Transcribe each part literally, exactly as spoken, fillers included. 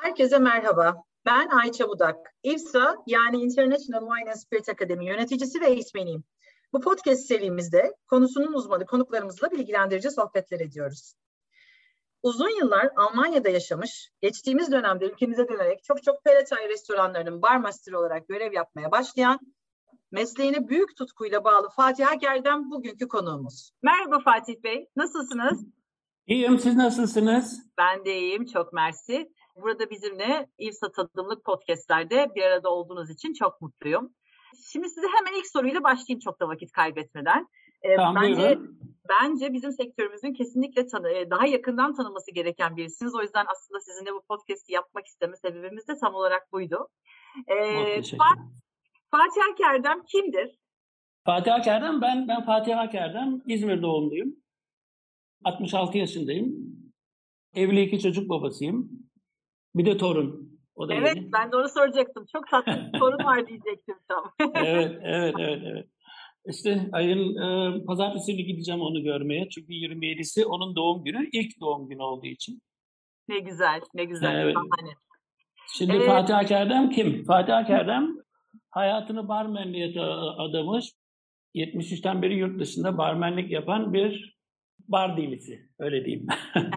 Herkese merhaba. Ben Ayça Budak. İFSA yani International Wine and Spirit Academy yöneticisi ve eğitmeniyim. Bu podcast serimizde konusunun uzmanı konuklarımızla bilgilendirici sohbetler ediyoruz. Uzun yıllar Almanya'da yaşamış, geçtiğimiz dönemde ülkemize dönerek çok çok Palatine restoranlarının barmasteri olarak görev yapmaya başlayan, mesleğine büyük tutkuyla bağlı Fatih Aker'den bugünkü konuğumuz. Merhaba Fatih Bey, nasılsınız? İyiyim, siz nasılsınız? Ben de iyiyim, çok mersi. Burada bizimle İFSA Tadımlık Podcast'lerde bir arada olduğunuz için çok mutluyum. Şimdi size hemen ilk soruyla başlayayım çok da vakit kaybetmeden. Ee, tamam, bence, bence bizim sektörümüzün kesinlikle tanı, daha yakından tanınması gereken birisiniz. O yüzden aslında sizinle bu podcast'i yapmak isteme sebebimiz de tam olarak buydu. Ee, Fatih, Fatih Akerdem kimdir? Fatih Akerdem, ben, ben Fatih Akerdem, İzmir doğumluyum. altmış altı yaşındayım. Evli iki çocuk babasıyım. Bir de torun. O da evet, yeni. Ben de onu soracaktım. Çok tatlı bir torun var diyecektim tam. evet, evet, evet, evet. İşte ayın e, pazartesi günü gideceğim onu görmeye. Çünkü yirmi yedisi onun doğum günü. İlk doğum günü olduğu için. Ne güzel, ne güzel. Evet. Şahane. Şimdi Ee, Fatih Akerdem kim? Fatih Akerdem hayatını barmenliğe adamış. yetmiş üçten beri yurt dışında barmenlik yapan bir bar dilisi. Öyle diyeyim.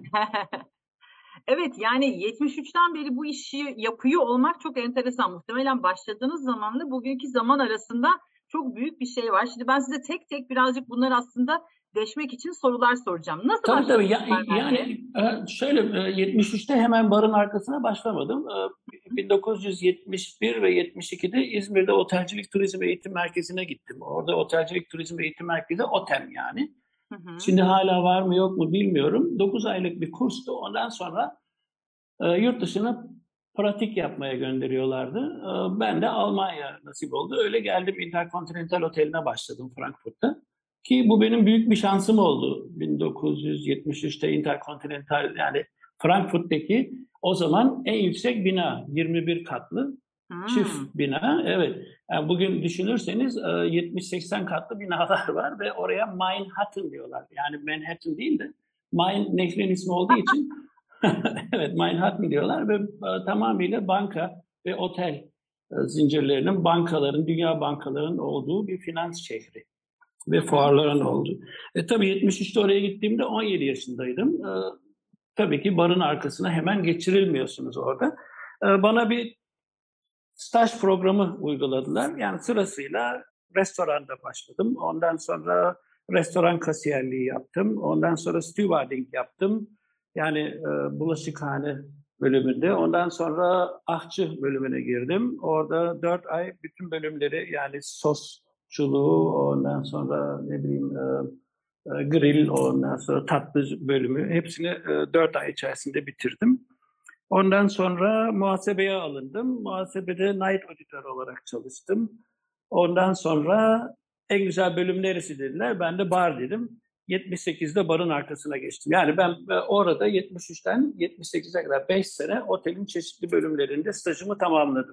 Evet, yani yetmiş üçten beri bu işi yapıyor olmak çok enteresan. Muhtemelen başladığınız zamanla bugünkü zaman arasında çok büyük bir şey var. Şimdi ben size tek tek birazcık bunları aslında deşmek için sorular soracağım. Nasıl tabii, başladınız? Tabii ya, yani şöyle yetmiş üçte hemen barın arkasına başlamadım. bin dokuz yüz yetmiş bir ve yetmiş ikide İzmir'de Otelcilik Turizm Eğitim Merkezi'ne gittim. Orada Otelcilik Turizm Eğitim Merkezi OTEM yani. Hı hı. Şimdi hala var mı yok mu bilmiyorum. dokuz aylık bir kurstu. Ondan sonra e, yurt dışına pratik yapmaya gönderiyorlardı. E, ben de Almanya nasip oldu. Öyle geldim, Intercontinental Oteli'ne başladım Frankfurt'ta. Ki bu benim büyük bir şansım oldu. bin dokuz yüz yetmiş üçte Intercontinental yani Frankfurt'taki o zaman en yüksek bina yirmi bir katlı. Hmm. Çift bina, evet. Yani bugün düşünürseniz yetmiş seksen katlı binalar var ve oraya Manhattan diyorlar. Yani Manhattan değil de Main nehrin ismi olduğu için evet Manhattan diyorlar ve tamamıyla banka ve otel zincirlerinin, bankaların, dünya bankaların olduğu bir finans şehri ve fuarların oldu. E, tabii yetmiş üçte oraya gittiğimde on yedi yaşındaydım. E, tabii ki barın arkasına hemen geçirilmiyorsunuz orada. E, bana bir staj programı uyguladılar. Yani sırasıyla restoranda başladım. Ondan sonra restoran kasiyerliği yaptım. Ondan sonra stewarding yaptım. Yani e, bulaşıkhane bölümünde. Ondan sonra ahçı bölümüne girdim. Orada dört ay bütün bölümleri yani sosçuluğu, ondan sonra ne bileyim e, e, grill, ondan sonra tatlı bölümü hepsini e, dört ay içerisinde bitirdim. Ondan sonra muhasebeye alındım. Muhasebede night auditor olarak çalıştım. Ondan sonra en güzel bölüm neresi dediler. Ben de bar dedim. yetmiş sekizde barın arkasına geçtim. Yani ben orada yetmiş üçten yetmiş sekize kadar beş sene otelin çeşitli bölümlerinde stajımı tamamladım.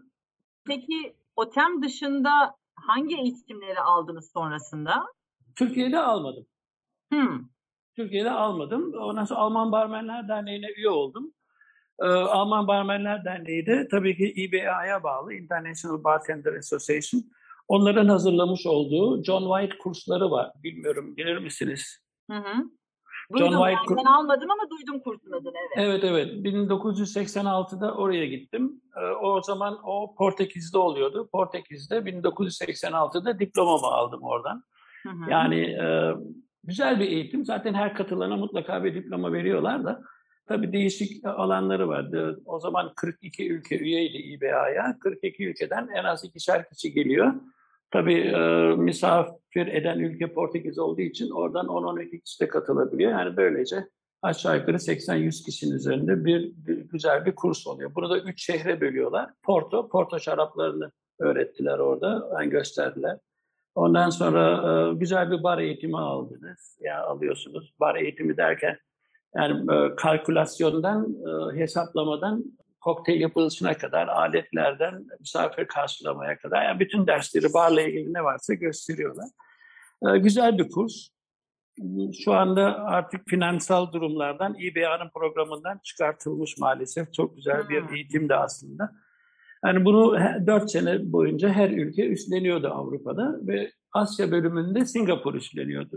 Peki OTEM dışında hangi eğitimleri aldınız sonrasında? Türkiye'de almadım. Hmm. Türkiye'de almadım. Ondan sonra Alman Barmenler Derneği'ne üye oldum. Ee, Alman Barmenler Derneği de tabii ki I B A'ya bağlı, International Bartender Association. Onların hazırlamış olduğu John White kursları var. Bilmiyorum, bilir misiniz? Hı hı. Duydum, John White kur- ben almadım ama duydum kursun adını. Evet, evet. evet. bin dokuz yüz seksen altıda oraya gittim. Ee, o zaman o Portekiz'de oluyordu. Portekiz'de bin dokuz yüz seksen altıda diplomamı aldım oradan. Hı hı. Yani e, güzel bir eğitim. Zaten her katılana mutlaka bir diploma veriyorlar da. Tabii değişik alanları vardı. O zaman kırk iki ülke üyeydi I B A'ya. kırk iki ülkeden en az ikişer kişi geliyor. Tabii e, misafir eden ülke Portekiz olduğu için oradan on on iki kişi de katılabiliyor. Yani böylece aşağı yukarı seksen yüz kişinin üzerinde bir, bir güzel bir kurs oluyor. Bunu da üç şehre bölüyorlar. Porto, Porto şaraplarını öğrettiler orada, yani gösterdiler. Ondan sonra e, güzel bir bar eğitimi aldınız. Ya yani alıyorsunuz. Bar eğitimi derken yani e, kalkülasyondan, e, hesaplamadan, kokteyl yapılışına kadar, aletlerden misafir karşılamaya kadar, yani bütün dersleri barla ilgili ne varsa gösteriyorlar. E, güzel bir kurs. Şu anda artık finansal durumlardan İ B A'nın programından çıkartılmış maalesef. Çok güzel bir eğitim de aslında. Yani bunu dört sene boyunca her ülke üstleniyordu Avrupa'da ve Asya bölümünde Singapur üstleniyordu.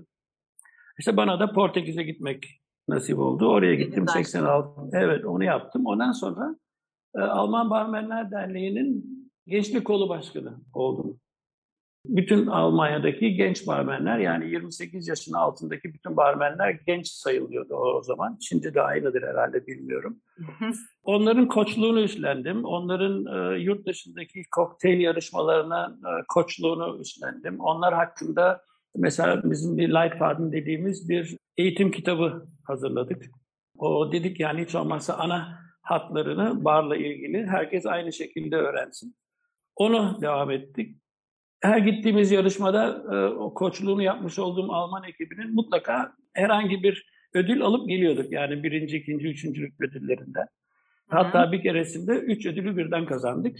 İşte bana da Portekiz'e gitmek nasip oldu. Oraya gittim seksen altı. Evet, onu yaptım. Ondan sonra e, Alman Barmenler Derneği'nin gençlik kolu başkanı oldum. Bütün Almanya'daki genç barmenler, yani yirmi sekiz yaşın altındaki bütün barmenler genç sayılıyordu o zaman. Şimdi de aynıdır herhalde, bilmiyorum. Onların koçluğunu üstlendim. Onların e, yurt dışındaki kokteyl yarışmalarına e, koçluğunu üstlendim. Onlar hakkında mesela bizim bir Light Pardon dediğimiz bir eğitim kitabı hazırladık. O dedik yani hiç olmazsa ana hatlarını barla ilgili herkes aynı şekilde öğrensin. Onu devam ettik. Her gittiğimiz yarışmada e, o koçluğunu yapmış olduğum Alman ekibinin mutlaka herhangi bir ödül alıp geliyorduk. Yani birinci, ikinci, üçüncülük ödüllerinden. Hatta bir keresinde üç ödülü birden kazandık.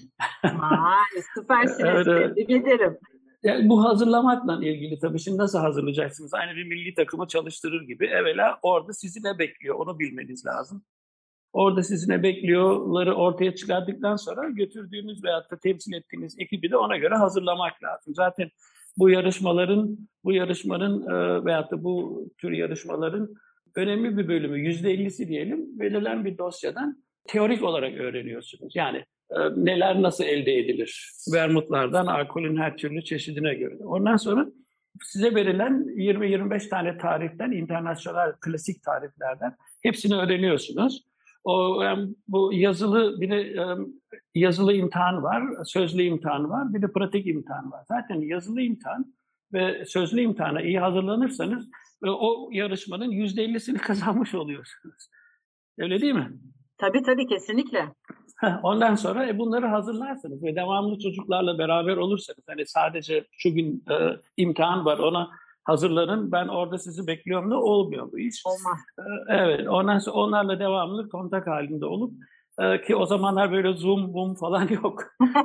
Vay, süpersiniz. Evet, evet. Tebrik ederim. Yani bu hazırlamakla ilgili tabii, şimdi nasıl hazırlayacaksınız? Aynı bir milli takımı çalıştırır gibi. Evvela orada sizi ne bekliyor onu bilmeniz lazım. Orada sizi ne bekliyorları ortaya çıkardıktan sonra götürdüğünüz veyahut da temsil ettiğiniz ekibi de ona göre hazırlamak lazım. Zaten bu yarışmaların, bu yarışmanın veyahut da bu tür yarışmaların önemli bir bölümü, yüzde ellisi diyelim, verilen bir dosyadan teorik olarak öğreniyorsunuz. Yani neler nasıl elde edilir? Vermutlardan alkolün her türlü çeşidine göre. Ondan sonra size verilen yirmi yirmi beş tane tariften, internasyonel klasik tariflerden hepsini öğreniyorsunuz. O, yani bu yazılı bir de yazılı imtihan var, sözlü imtihan var, bir de pratik imtihan var. Zaten yazılı imtihan ve sözlü imtihana iyi hazırlanırsanız o yarışmanın yüzde ellisini kazanmış oluyorsunuz. Öyle değil mi? Tabii tabii, kesinlikle. Ondan sonra e, bunları hazırlarsınız ve devamlı çocuklarla beraber olursanız, hani sadece şu gün e, imtihan var ona hazırlanın, ben orada sizi bekliyorum da olmuyor bu iş. Olmaz. E, evet, ondan sonra onlarla devamlı kontak halinde olup e, ki o zamanlar böyle Zoom, boom falan yok.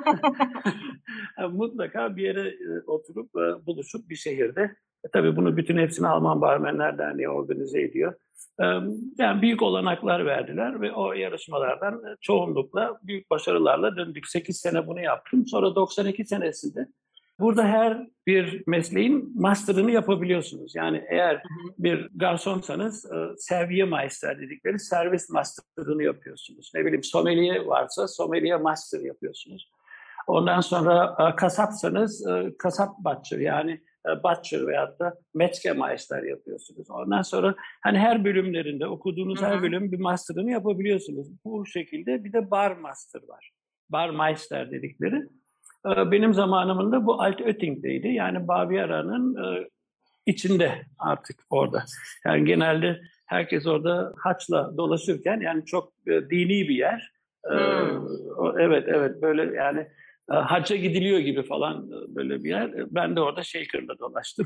Mutlaka bir yere e, oturup e, buluşup bir şehirde. E, tabii bunu bütün hepsini Alman Barmenler Derneği organize ediyor. Yani büyük olanaklar verdiler ve o yarışmalardan çoğunlukla büyük başarılarla döndük. sekiz sene bunu yaptım. Sonra doksan iki senesinde burada her bir mesleğin master'ını yapabiliyorsunuz. Yani eğer bir garsonsanız Serviermeister dedikleri servis master'ını yapıyorsunuz. Ne bileyim, sommelier varsa sommelier master yapıyorsunuz. Ondan sonra kasapsanız kasap butcher, yani Butcher veyahut da Metzgermeister yapıyorsunuz. Ondan sonra hani her bölümlerinde okuduğunuz Hı-hı. her bölüm bir master'ını yapabiliyorsunuz. Bu şekilde bir de bar master var. Barmeister dedikleri. Benim zamanımda bu Altötting'deydi. Yani Baviera'nın içinde artık orada. Yani genelde herkes orada haçla dolaşırken, yani çok dini bir yer. Hmm. Evet evet, böyle yani hacca gidiliyor gibi falan böyle bir yer. Ben de orada shaker'la dolaştım.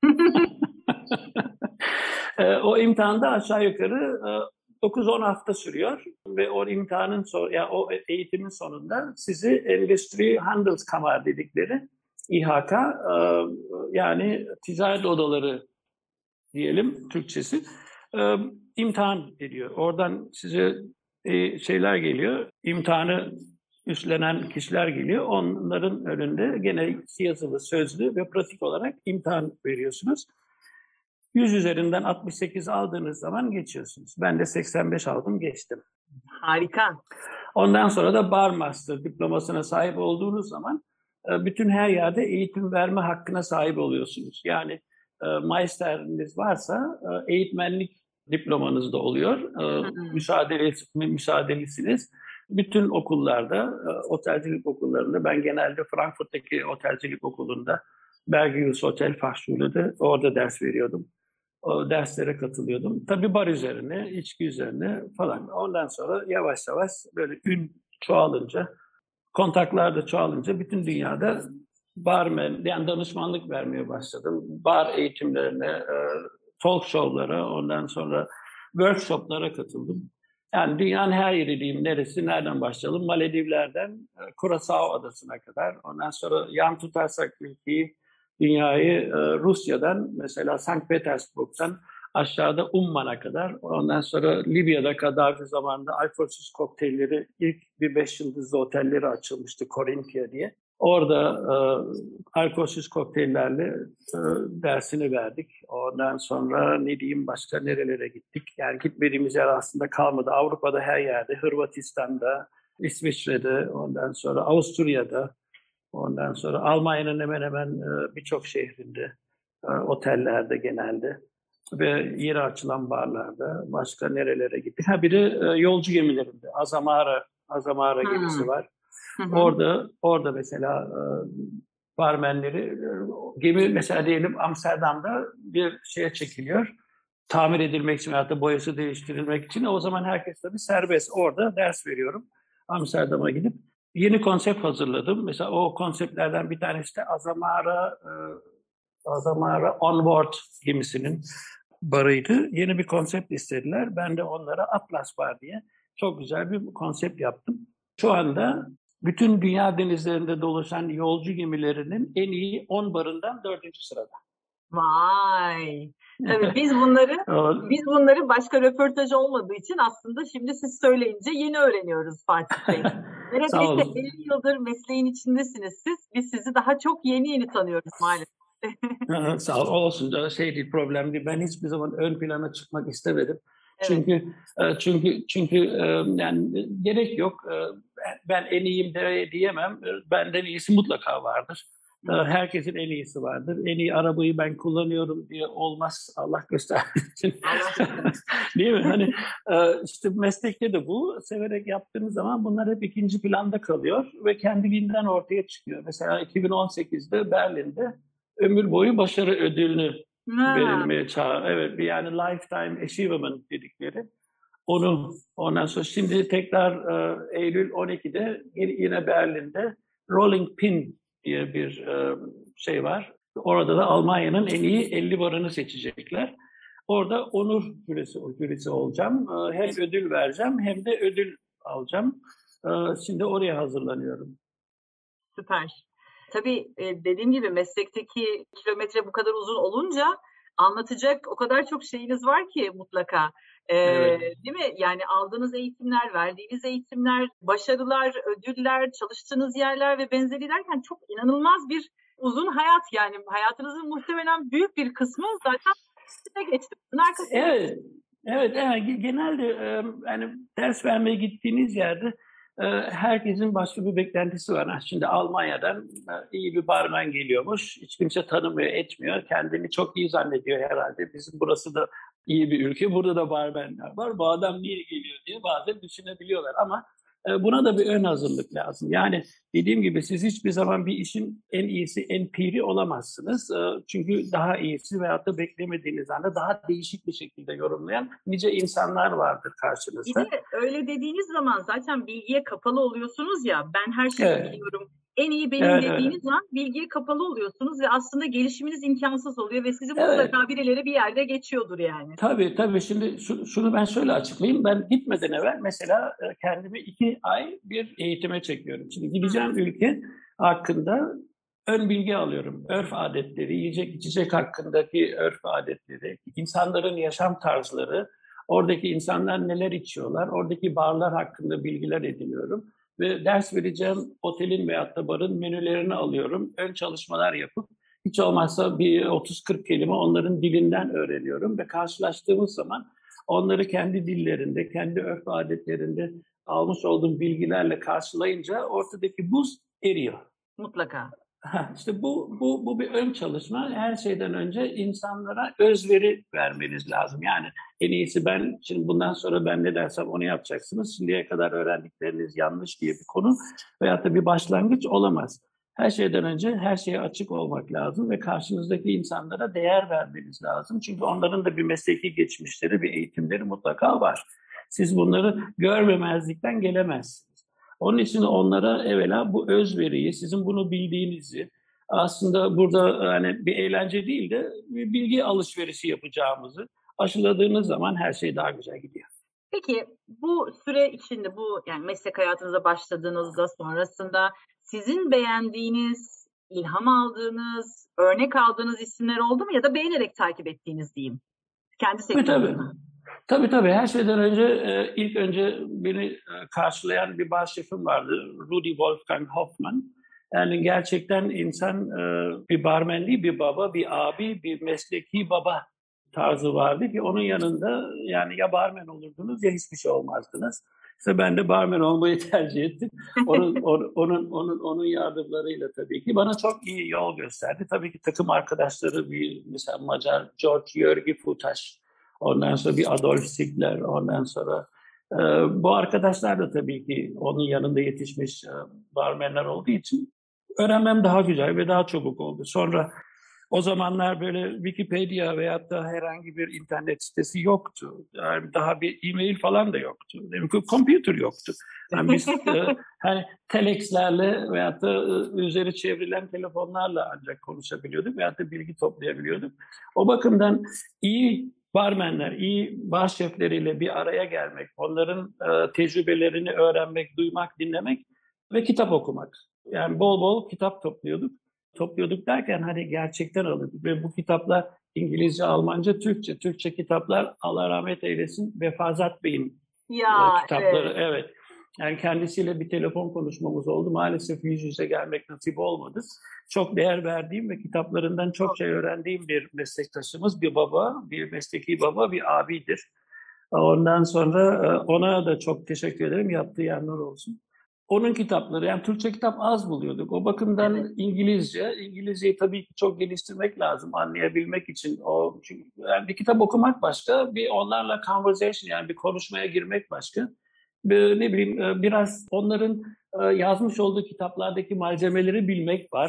O imtihanda aşağı yukarı dokuz on hafta sürüyor ve o imtihanın son, yani o eğitimin sonunda sizi Endüstri Handelskammer dedikleri İ H K, yani ticaret odaları diyelim Türkçesi, imtihan ediyor. Oradan size şeyler geliyor, imtihanı üstlenen kişiler geliyor. Onların önünde gene yazılı, sözlü ve pratik olarak imtihan veriyorsunuz. yüz üzerinden altmış sekiz aldığınız zaman geçiyorsunuz. Ben de seksen beş aldım, geçtim. Harika. Ondan sonra da Bar Master diplomasına sahip olduğunuz zaman bütün her yerde eğitim verme hakkına sahip oluyorsunuz. Yani Meister'iniz varsa eğitmenlik diplomanız da oluyor. Müsaadeli, müsaadelisiniz. Bütün okullarda, otelcilik okullarında, ben genelde Frankfurt'taki otelcilik okulunda, Bergius Hotel Fachschule'de orada ders veriyordum. O derslere katılıyordum. Tabii bar üzerine, içki üzerine falan. Ondan sonra yavaş yavaş böyle ün çoğalınca, kontaklar da çoğalınca bütün dünyada barmen, yani danışmanlık vermeye başladım. Bar eğitimlerine, talk show'lara, ondan sonra workshop'lara katıldım. Yani dünyanın her yeri diyeyim, neresi, nereden başlayalım? Maledivler'den Curaçao adasına kadar. Ondan sonra yan tutarsak ülkeyi dünyayı e, Rusya'dan mesela Sankt Petersburg'dan aşağıda Umman'a kadar, ondan sonra Libya'da Kaddafi zamanında alkolsüz kokteylleri, ilk bir beş yıldızlı otelleri açılmıştı Corinthia diye. Orada e, alkolsüz kokteyllerle e, dersini verdik. Ondan sonra ne diyeyim, başka nerelere gittik? Yani gitmediğimiz yer aslında kalmadı. Avrupa'da her yerde, Hırvatistan'da, İsviçre'de, ondan sonra Avusturya'da, ondan sonra Almanya'nın hemen hemen e, birçok şehrinde, e, otellerde genelde ve yeni açılan barlarda, başka nerelere gittik. Ha bir de e, yolcu gemilerinde, Azamara, Azamara Hmm. gemisi var. Hı hı. Orada orada mesela e, barmenleri, e, gemi mesela diyelim Amsterdam'da bir şeye çekiliyor. Tamir edilmek için veyahut da boyası değiştirilmek için. O zaman herkes tabii serbest. Orada ders veriyorum. Amsterdam'a gidip yeni konsept hazırladım. Mesela o konseptlerden bir tanesi de Azamara e, Azamara Onboard gemisinin barıydı. Yeni bir konsept istediler. Ben de onlara Atlas Bar diye çok güzel bir konsept yaptım. Şu anda bütün dünya denizlerinde dolaşan yolcu gemilerinin en iyi on barından dördüncü sırada. Vay. Tabii biz bunları biz bunları başka röportaj olmadığı için aslında şimdi siz söyleyince yeni öğreniyoruz Fatih Bey. Neredeyse elli yıldır mesleğin içindesiniz siz. Biz sizi daha çok yeni yeni tanıyoruz maalesef. Sağ ol, olsun. Şey değil, problem değil. Ben hiçbir zaman ön plana çıkmak istemedim. Evet. Çünkü çünkü çünkü yani gerek yok. Ben en iyiyim de diyemem. Benden iyisi mutlaka vardır. Herkesin en iyisi vardır. En iyi arabayı ben kullanıyorum diye olmaz. Allah göstermesin. Değil mi? Hani işte meslekte de bu. Severek yaptığınız zaman bunlar hep ikinci planda kalıyor ve kendiliğinden ortaya çıkıyor. Mesela iki bin on sekizde Berlin'de ömür boyu başarı ödülünü ha. verilmeye çağır. Evet, yani lifetime achievement dedikleri. Onu ondan sonra şimdi tekrar e, Eylül on ikide yine Berlin'de Rolling Pin diye bir e, şey var. Orada da Almanya'nın en iyi elli barını seçecekler. Orada onur jürisi, jürisi olacağım. E, hem ödül vereceğim hem de ödül alacağım. E, şimdi oraya hazırlanıyorum. Süper. Tabii dediğim gibi meslekteki kilometre bu kadar uzun olunca anlatacak o kadar çok şeyiniz var ki mutlaka. Ee, evet. Değil mi? Yani aldığınız eğitimler, verdiğiniz eğitimler, başarılar, ödüller, çalıştığınız yerler ve benzeri derken çok inanılmaz bir uzun hayat yani. Hayatınızın muhtemelen büyük bir kısmı zaten size geçti. Evet. Evet, evet. Genelde yani ders vermeye gittiğiniz yerde herkesin başka bir beklentisi var. Şimdi Almanya'dan iyi bir barmen geliyormuş. Hiç kimse tanımıyor, etmiyor. Kendini çok iyi zannediyor herhalde. Bizim burası da iyi bir ülke. Burada da barmenler var. Bu adam niye geliyor diye bazen düşünebiliyorlar. Ama buna da bir ön hazırlık lazım. Yani dediğim gibi siz hiçbir zaman bir işin en iyisi, en piri olamazsınız. Çünkü daha iyisi veyahut da beklemediğiniz anda daha değişik bir şekilde yorumlayan nice insanlar vardır karşınızda. Bir de öyle dediğiniz zaman zaten bilgiye kapalı oluyorsunuz ya. Ben her şeyi evet. biliyorum. En iyi benim evet, dediğiniz evet. an bilgiye kapalı oluyorsunuz ve aslında gelişiminiz imkansız oluyor ve sizi evet. mutlaka birileri bir yerde geçiyordur yani. Tabii tabii. Şimdi şu, şunu ben şöyle açıklayayım. Ben gitmeden evvel mesela kendimi iki ay bir eğitime çekiyorum. Şimdi gideceğim Hı. ülke hakkında ön bilgi alıyorum. Örf adetleri, yiyecek içecek hakkındaki örf adetleri, insanların yaşam tarzları, oradaki insanlar neler içiyorlar, oradaki barlar hakkında bilgiler ediniyorum. Ve ders vereceğim otelin veyahut da barın menülerini alıyorum. Ön çalışmalar yapıp hiç olmazsa bir otuz kırk kelime onların dilinden öğreniyorum. Ve karşılaştığımız zaman onları kendi dillerinde, kendi örf adetlerinde almış olduğum bilgilerle karşılayınca ortadaki buz eriyor. Mutlaka. Ha, işte bu, bu, bu bir ön çalışma. Her şeyden önce insanlara özveri vermeniz lazım. Yani en iyisi ben, şimdi bundan sonra ben ne dersem onu yapacaksınız. Şimdiye kadar öğrendikleriniz yanlış diye bir konu veyahut da bir başlangıç olamaz. Her şeyden önce her şeye açık olmak lazım ve karşınızdaki insanlara değer vermeniz lazım. Çünkü onların da bir mesleki geçmişleri, bir eğitimleri mutlaka var. Siz bunları görmemezlikten gelemezsiniz. Onun için onlara evvela bu özveriyi, sizin bunu bildiğinizi, aslında burada yani bir eğlence değil de bir bilgi alışverişi yapacağımızı aşıladığınız zaman her şey daha güzel gidiyor. Peki bu süre içinde, bu yani meslek hayatınıza başladığınızda sonrasında sizin beğendiğiniz ilham aldığınız, örnek aldığınız isimler oldu mu ya da beğenerek takip ettiğiniz diyeyim? Kendi sektörünüzde. Tabii tabii. Her şeyden önce e, ilk önce beni e, karşılayan bir baş şefim vardı. Rudi Wolfgang Hoffmann. Yani gerçekten insan e, bir barmen değil, bir baba, bir abi, bir mesleki baba tarzı vardı ki onun yanında yani ya barmen olurdunuz ya hiçbir şey olmazdınız. İşte ben de barmen olmayı tercih ettim. Onun, onun, onun, onun, onun yardımlarıyla tabii ki bana çok iyi yol gösterdi. Tabii ki takım arkadaşları bir mesela Macar George Jörgi Futaş. Ondan sonra bir Adolf Ziegler, ondan sonra e, bu arkadaşlar da tabii ki onun yanında yetişmiş e, barmenler olduğu için öğrenmem daha güzel ve daha çabuk oldu. Sonra o zamanlar böyle Wikipedia veyahut da herhangi bir internet sitesi yoktu. Yani daha bir e-mail falan da yoktu. Demek ki computer yoktu. Yani biz e, hani telexlerle veyahut da e, üzeri çevrilen telefonlarla ancak konuşabiliyorduk veyahut da bilgi toplayabiliyorduk. O bakımdan iyi barmenler, iyi bar şefleriyle bir araya gelmek, onların e, tecrübelerini öğrenmek, duymak, dinlemek ve kitap okumak. Yani bol bol kitap topluyorduk. Topluyorduk derken hani gerçekten alıyorduk. Ve bu kitaplar İngilizce, Almanca, Türkçe. Türkçe kitaplar Allah rahmet eylesin Vefazat Bey'in ya, e, kitapları. Evet. evet. Yani kendisiyle bir telefon konuşmamız oldu. Maalesef yüz yüze gelmek nasip olmadı. Çok değer verdiğim ve kitaplarından çok şey öğrendiğim bir meslektaşımız, bir baba, bir mesleki baba, bir abidir. Ondan sonra ona da çok teşekkür ederim. Yaptığı yanlar olsun. Onun kitapları, yani Türkçe kitap az buluyorduk. O bakımdan evet. İngilizce, İngilizceyi tabii ki çok geliştirmek lazım anlayabilmek için. O çünkü yani bir kitap okumak başka, bir onlarla conversation yani bir konuşmaya girmek başka. Bir, ne bileyim biraz onların yazmış olduğu kitaplardaki malzemeleri bilmek var.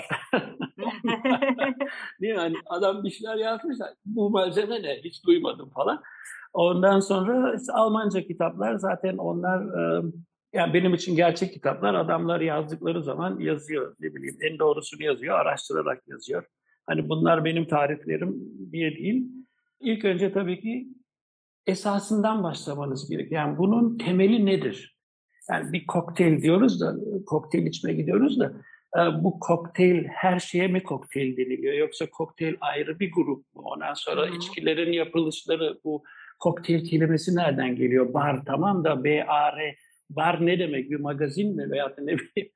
Değil mi? Hani adam bir şeyler yazmış, bu malzeme ne? Hiç duymadım falan. Ondan sonra işte Almanca kitaplar zaten onlar yani benim için gerçek kitaplar. Adamlar yazdıkları zaman yazıyor, ne bileyim en doğrusunu yazıyor, araştırarak yazıyor. Hani bunlar benim tariflerim diye değil. İlk önce tabii ki esasından başlamanız gerekiyor. Yani bunun temeli nedir? Yani bir kokteyl diyoruz da, kokteyl içmeye gidiyoruz da bu kokteyl her şeye mi kokteyl deniliyor? Yoksa kokteyl ayrı bir grup mu? Ondan sonra Hı-hı. içkilerin yapılışları, bu kokteyl kelimesi nereden geliyor? Bar tamam da B A R, bar ne demek? Bir magazin mi? Veyahut da ne bileyim.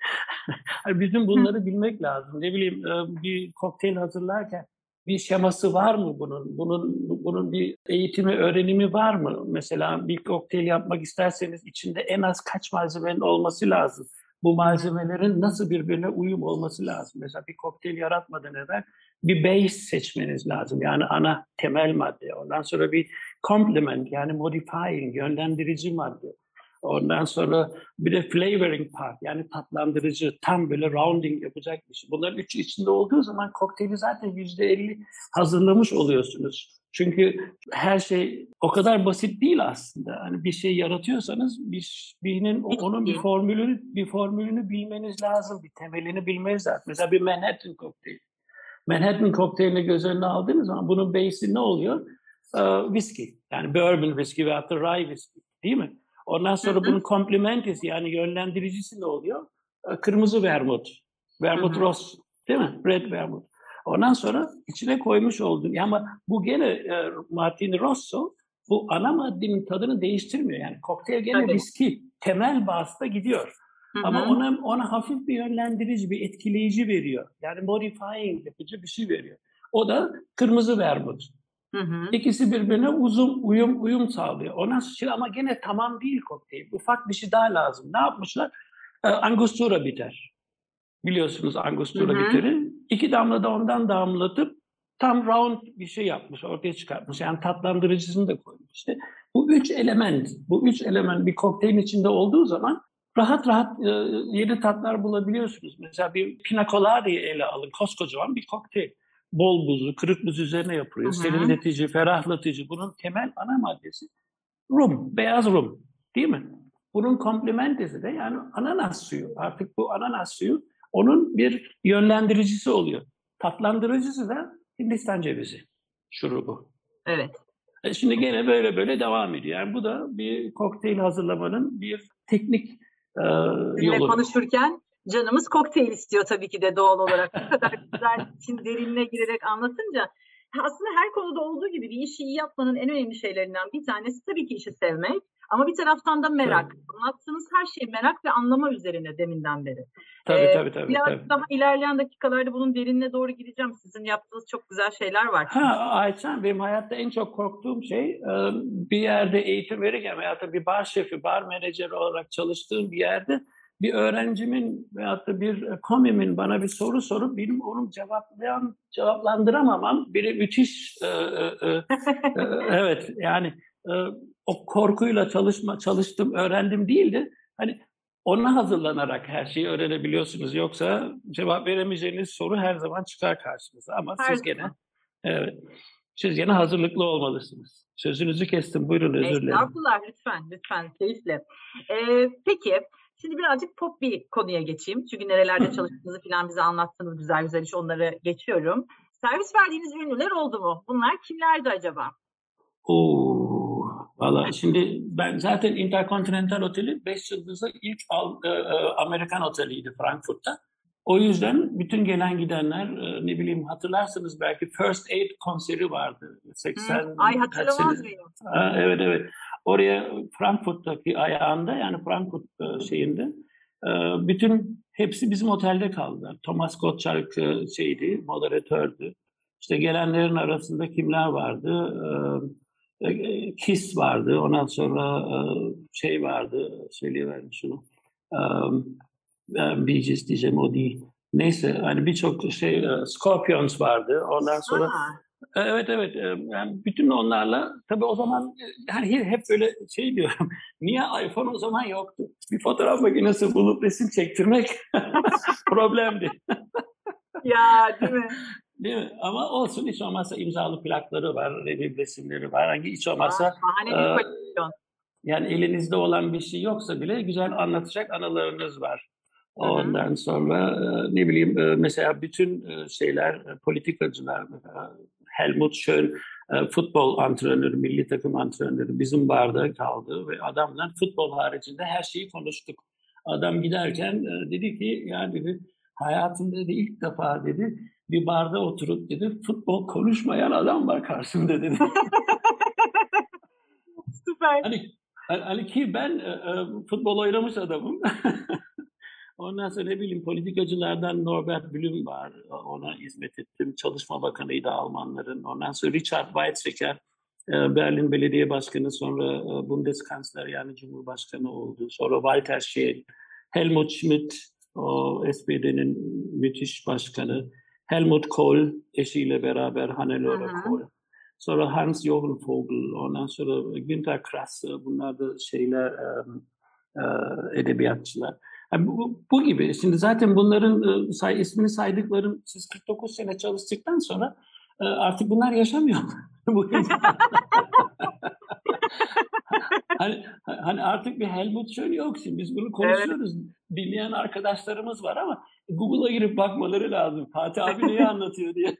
Bizim bunları bilmek lazım. Ne bileyim bir kokteyl hazırlarken bir şeması var mı bunun? Bunun bunun bir eğitimi, öğrenimi var mı? Mesela bir kokteyl yapmak isterseniz içinde en az kaç malzemenin olması lazım? Bu malzemelerin nasıl birbirine uyum olması lazım? Mesela bir kokteyl yaratmadan evvel bir base seçmeniz lazım. Yani ana temel madde. Ondan sonra bir complement yani modifying, yönlendirici madde. Ondan sonra bir de flavoring part yani tatlandırıcı, tam böyle rounding yapacak bir şey. Bunların üçü içinde olduğu zaman kokteyli zaten yüzde elli hazırlamış oluyorsunuz. Çünkü her şey o kadar basit değil aslında. Hani bir şey yaratıyorsanız bir, birinin onun bir formülünü bir formülünü bilmeniz lazım, bir temelini bilmeniz lazım. Mesela bir Manhattan kokteyl. Manhattan kokteylini göz önüne aldığınız zaman bunun base'i ne oluyor? Ee, viski. Yani bourbon viski veya da rye viski, değil mi? Ondan sonra hı hı. bunun complementisi yani yönlendiricisi ne oluyor? Kırmızı vermut. Vermut Ross, değil mi? Red vermut. Ondan sonra içine koymuş olduğun, ama bu gene e, Martini Rosso bu ana maddenin tadını değiştirmiyor. Yani kokteyl gene Tabii. viski, temel bazda gidiyor. Hı hı. Ama ona ona hafif bir yönlendirici, bir etkileyici veriyor. Yani modifying yapıcı bir şey veriyor. O da kırmızı vermut. Hı hı. İkisi birbirine uzun uyum uyum sağlıyor. Ondan sonra ama gene tamam değil kokteyl. Ufak bir şey daha lazım. Ne yapmışlar? Ee, Angostura bitter. Biliyorsunuz Angostura bitteri. İki damla da ondan damlatıp tam round bir şey yapmış, ortaya çıkartmış. Yani tatlandırıcısını da koymuş. İşte bu üç element, bu üç element bir kokteylin içinde olduğu zaman rahat rahat e, yeni tatlar bulabiliyorsunuz. Mesela bir pina colada'yı ele alın. Koskocaman bir kokteyl. Bol buzlu, kırık buz üzerine yapılıyor. Serinletici, ferahlatıcı. Bunun temel ana maddesi rum, beyaz rum. Değil mi? Bunun komplementesi de yani ananas suyu. Artık bu ananas suyu onun bir yönlendiricisi oluyor. Tatlandırıcısı da Hindistan cevizi şurubu. Evet. E şimdi gene böyle böyle devam ediyor. Yani bu da bir kokteyl hazırlamanın bir teknik e, yolu. Konuşurken Canımız kokteyl istiyor tabii ki de doğal olarak. Bu kadar güzel, için derinine girerek anlatınca. Aslında her konuda olduğu gibi bir işi iyi yapmanın en önemli şeylerinden bir tanesi tabii ki işi sevmek. Ama bir taraftan da merak. Evet. Anlattığınız her şey merak ve anlama üzerine deminden beri. Tabii ee, tabii tabii. Biraz tabii. daha ilerleyen dakikalarda bunun derinine doğru gideceğim. Sizin yaptığınız çok güzel şeyler var. Ha Ayça, benim hayatta en çok korktuğum şey bir yerde eğitim verirken veyahut da bir bar şefi, bar menajeri olarak çalıştığım bir yerde bir öğrencimin veyahut da bir komimin bana bir soru sorup benim onu cevaplayan, cevaplandıramamam biri müthiş e, e, e, evet yani e, o korkuyla çalışma çalıştım, öğrendim değildi. Hani ona hazırlanarak her şeyi öğrenebiliyorsunuz. Yoksa cevap veremeyeceğiniz soru her zaman çıkar karşınıza. Ama Her siz gene zaman. evet, siz gene hazırlıklı olmalısınız. Sözünüzü kestim. Buyurun, özür dilerim. Estağfurullah, lütfen, lütfen, keyifle. Ee, peki, şimdi birazcık pop bir konuya geçeyim. Çünkü nerelerde çalıştığınızı falan bize anlattınız güzel güzel, iş onları geçiyorum. Servis verdiğiniz ünlüler oldu mu? Bunlar kimlerdi acaba? Oo, valla şimdi ben zaten Intercontinental Oteli beş yıldızlı ilk e, Amerikan oteliydi Frankfurt'ta. O yüzden bütün gelen gidenler e, ne bileyim hatırlarsınız belki First Aid konseri vardı. seksen Hı, ay hatırlamaz mıyım? Ha, evet evet. Oraya Frankfurt'taki ayağında yani Frankfurt e, şeyinde e, bütün hepsi bizim otelde kaldılar. Thomas Gottschalk e, şeydi, moderatördü. İşte gelenlerin arasında kimler vardı? E, Kiss vardı. Ondan sonra e, şey vardı. Söyleyiverim şunu. E, Bee Gees diyeceğim, o değil. Neyse hani birçok şey, Scorpions vardı. Ondan sonra Aa. evet evet yani bütün onlarla tabii o zaman yani hep böyle şey diyorum. Niye iPhone o zaman yoktu? Bir fotoğraf makinesi bulup resim çektirmek problemdi. Ya değil mi? Değil mi? Ama olsun, hiç olmazsa imzalı plakları var, resimleri var. Hani hiç olmazsa Aa, şahane bir koleksiyon. Yani elinizde olan bir şey yoksa bile güzel anlatacak anılarınız var. Ondan hı hı. sonra ne bileyim mesela bütün şeyler, politikacılar, Helmut Schön futbol antrenörü, milli takım antrenörü bizim barda kaldı ve adamla futbol haricinde her şeyi konuştuk. Adam giderken dedi ki ya dedi hayatımda dedi ilk defa dedi bir barda oturup dedi futbol konuşmayan adam var karşımda dedi. Süper. Hani, hani ki ben e, futbol oynamış adamım. Ondan sonra ne bileyim politikacılardan Norbert Blüm var. Ona hizmet ettim. Çalışma Bakanıydı Almanların. Ondan sonra Richard Weizsäcker Berlin Belediye Başkanı, sonra Bundeskanzler yani Cumhurbaşkanı oldu. Sonra Walter Scheel, Helmut Schmidt, o S P D'nin müthiş başkanı. Helmut Kohl eşiyle beraber Hannelore Kohl. Sonra Hans Jochen Vogel, ondan sonra Günter Krass, bunlar da şeyler, e, e, edebiyatçılar. Yani bu, bu gibi. Şimdi zaten bunların e, say, ismini saydıklarım, siz kırk dokuz sene çalıştıktan sonra e, artık bunlar yaşamıyor. hani, hani artık bir Helmut Schön yok. Şimdi biz bunu konuşuyoruz. Evet. Dinleyen arkadaşlarımız var ama Google'a girip bakmaları lazım. Fatih abi neyi anlatıyor diye.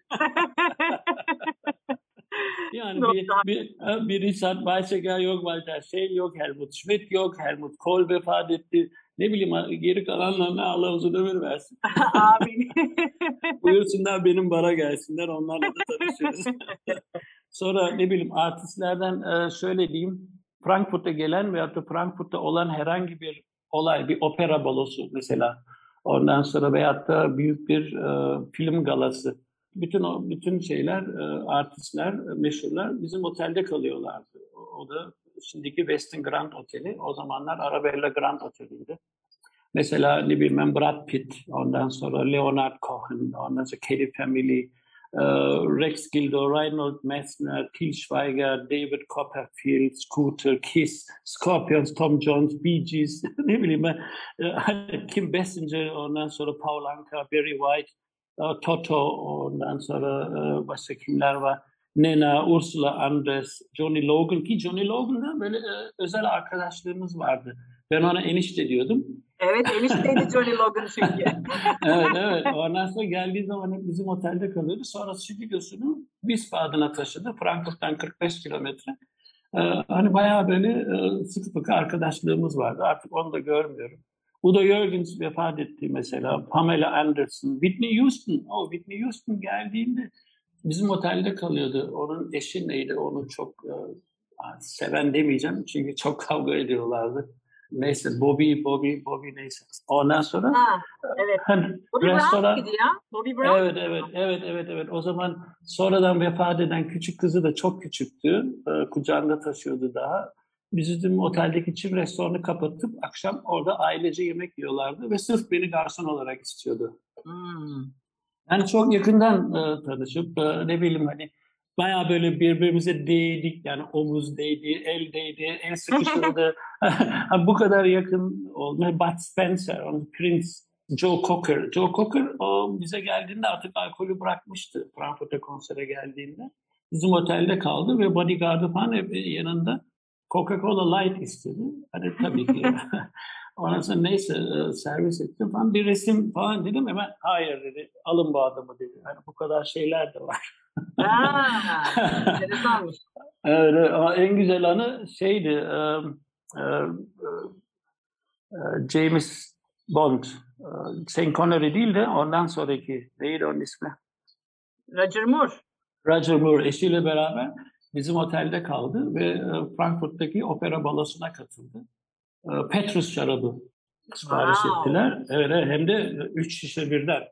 Yani bir, bir, bir Richard Weizsäcker yok, Walter Scheel yok, Helmut Schmidt yok, Helmut Kohl vefat etti. Ne bileyim geri kalanlarına Allah uzun ömür versin. Amin. Buyursunlar benim bara gelsinler, onlarla da tanışırız. Sonra ne bileyim artistlerden şöyle diyeyim, Frankfurt'a gelen veyahut da Frankfurt'ta olan herhangi bir olay, bir opera balosu mesela. Ondan sonra veyahut da büyük bir e, film galası. Bütün o bütün şeyler, e, artistler, meşhurlar bizim otelde kalıyorlardı. O, o da şimdiki Westin Grand Oteli. O zamanlar Arabella Grand Oteli'ydi. Mesela ne bileyim ben Brad Pitt, ondan sonra Leonard Cohen, ondan sonra Kelly Family, uh, Rex Gildo, Reinhold Messner, Til Schweiger, David Copperfield, Scooter, Kiss, Scorpions, Tom Jones, Bee Gees, ne bileyim ben, uh, Kim Basinger, ondan sonra Paul Anka, Barry White, uh, Toto, ondan sonra uh, başka kimler var? Nena, Ursula Andress, Johnny Logan, ki Johnny Logan'da böyle uh, özel arkadaşlığımız vardı. Ben ona enişte diyordum. Evet, enişteydi Johnny Logan çünkü. evet, evet. Ondan sonra geldiği zaman hep bizim otelde kalıyordu. Sonra stüdyosunu Wiesbaden'a taşıdı. Frankfurt'tan kırk beş kilometre. Ee, hani bayağı böyle e, sıkı fıkı arkadaşlığımız vardı. Artık onu da görmüyorum. Udo Jürgens vefat etti mesela. Pamela Anderson, Whitney Houston. O Whitney Houston geldiğinde bizim otelde kalıyordu. Onun eşi neydi? Onu çok e, seven demeyeceğim çünkü çok kavga ediyorlardı. Neyse Bobby, Bobby, Bobby neyse. Ondan sonra ha, evet. hani, Bobby restoran... Brown ya? Bobby Brown. Evet, evet, evet, evet, evet. O zaman sonradan vefat eden küçük kızı da çok küçüktü. E, kucağında taşıyordu daha. Biz bizim oteldeki çim restoranı kapatıp akşam orada ailece yemek yiyorlardı ve sırf beni garson olarak istiyordu. Hmm. Yani çok yakından e, tanışıp e, ne bileyim hani bayağı böyle birbirimize değdik, yani omuz değdi, el değdi, el sıkıştırdı. Bu kadar yakın oldu. Bud Spencer, onun Prince, Joe Cocker. Joe Cocker o bize geldiğinde artık alkolü bırakmıştı. Frankfurt'a konsere geldiğinde. Bizim otelde kaldı ve bodyguardı falan hep yanında. Coca-Cola Light istedi. Hani tabii ki. Ondan sonra neyse servis ettim falan. Bir resim falan dedim, hemen hayır dedi. Alın bu adamı dedi. Hani bu kadar şeyler de var. Aaa, enteresanmış. Evet, ama en güzel anı şeydi, e, e, e, James Bond, e, Sean Connery değil de ondan sonraki, neydi onun ismi? Roger Moore. Roger Moore eşiyle beraber bizim otelde kaldı ve Frankfurt'taki opera balosuna katıldı. Petrus şarabı sipariş wow. ettiler. Evet, hem de üç şişe birden.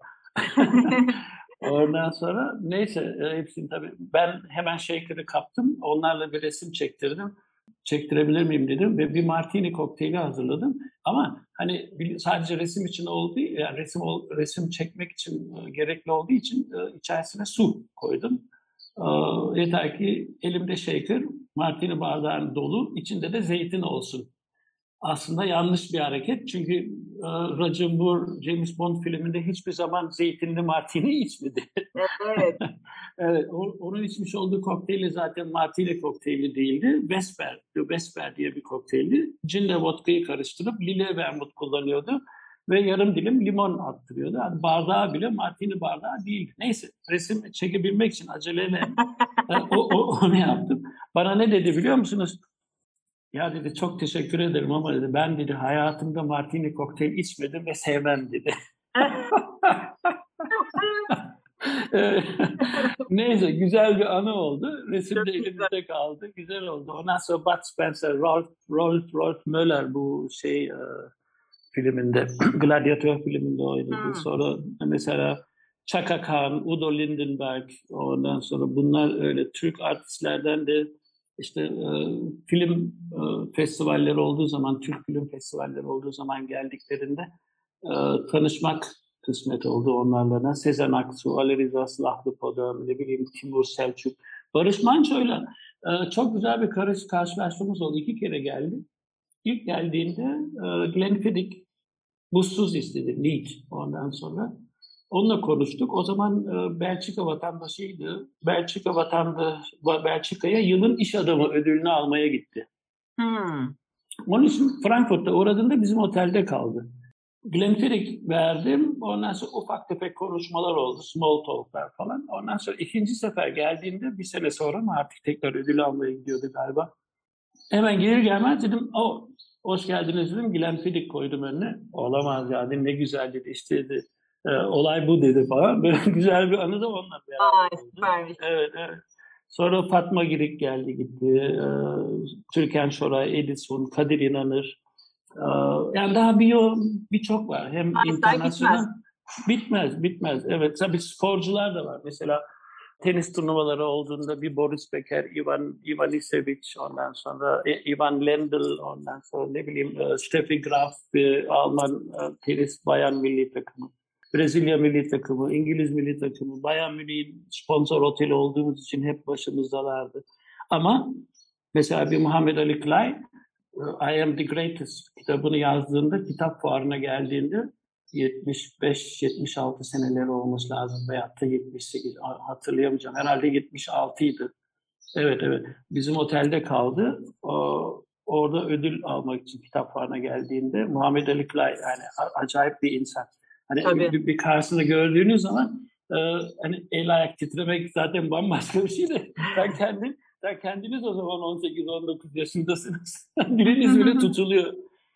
Ondan sonra neyse hepsini tabii ben hemen shaker'ı kaptım. Onlarla bir resim çektirdim. Çektirebilir miyim dedim ve bir martini kokteyli hazırladım. Ama hani sadece resim için olduğu, yani resim resim çekmek için gerekli olduğu için içerisine su koydum. Yeter ki elimde shaker, martini bardağın dolu, içinde de zeytin olsun. Aslında yanlış bir hareket çünkü e, Roger Moore James Bond filminde hiçbir zaman zeytinli martini içmedi. Evet. Evet, onun içmiş olduğu kokteyli zaten martini kokteyli değildi. Vesper, Vesper diye bir kokteyldi. Ginle vodka'yı karıştırıp lile vermut kullanıyordu ve yarım dilim limon attırıyordu. Yani bardağı bile martini bardağı değildi. Neyse, resim çekebilmek için aceleyle o, o, onu yaptım. Bana ne dedi biliyor musunuz? Ya dedi çok teşekkür ederim ama dedi ben dedi hayatımda martini kokteyl içmedim ve sevmem dedi. Neyse güzel bir anı oldu. Resim de elimizde kaldı. Güzel oldu. Ondan sonra Bud Spencer, Rolf, Rolf, Rolf Möller bu şey e, filminde, Gladiator filminde oynadı. Hmm. Sonra mesela Chaka Khan, Udo Lindenberg, ondan sonra bunlar öyle Türk artistlerden de İşte e, film e, festivalleri olduğu zaman, Türk film festivalleri olduğu zaman geldiklerinde e, tanışmak kısmet oldu onlarla da. Sezen Aksu, Ali Rıza Slahlıpoda, ne bileyim Timur Selçuk. Barış Manço'yla e, çok güzel bir karış, karşılaşmamız oldu. İki kere geldi. İlk geldiğinde e, Glenfiddich buzsuz istedi, Lead ondan sonra. Onunla konuştuk. O zaman e, Belçika vatandaşıydı. Belçika vatandaş, Belçika'ya yılın iş adamı ödülünü almaya gitti. Hmm. Onun için Frankfurt'ta uğradığında bizim otelde kaldı. Glenfiddich verdim. Ondan sonra ufak tefek konuşmalar oldu. Small talk'lar falan. Ondan sonra ikinci sefer geldiğinde bir sene sonra mı artık tekrar ödül almaya gidiyordu galiba. Hemen gelir gelmez dedim, o hoş geldiniz dedim. Glenfiddich koydum önüne. Olamaz ya dedim, ne güzel dedi işte dedi. E, olay bu dedi falan. Böyle güzel bir anı da onunla beraber oldu. Evet, evet. Sonra Fatma Girik geldi gitti. E, Türkan Şoray, Edison, Kadir İnanır. E, yani daha bir birçok var. Hem Ay, internasyonel. Bitmez, bitmez. Evet, tabii sporcular da var. Mesela tenis turnuvaları olduğunda bir Boris Becker, Ivan Ivanisevic, ondan sonra Ivan Lendl, ondan sonra ne bileyim Steffi Graf, Alman tenis bayan milli takımı, Brezilya milli takımı, İngiliz milli takımı, Bayern Münih'in sponsor oteli olduğumuz için hep başımızdalardı. Ama mesela bir Muhammed Ali Clay, I Am the Greatest kitabını yazdığında, kitap fuarına geldiğinde yetmiş beş yetmiş altı seneleri olması lazım veyahut da yetmiş sekiz, hatırlayamayacağım. Herhalde yetmiş altıydı. Evet, evet. Bizim otelde kaldı. O, orada ödül almak için kitap fuarına geldiğinde Muhammed Ali Clay, yani acayip bir insan. Hani bir, bir karşısında gördüğünüz zaman e, hani el ayak titremek zaten bambaşka bir şey de sen kendin sen kendiniz o zaman on sekiz on dokuz yaşındasınız. Diliniz bile tutuluyor.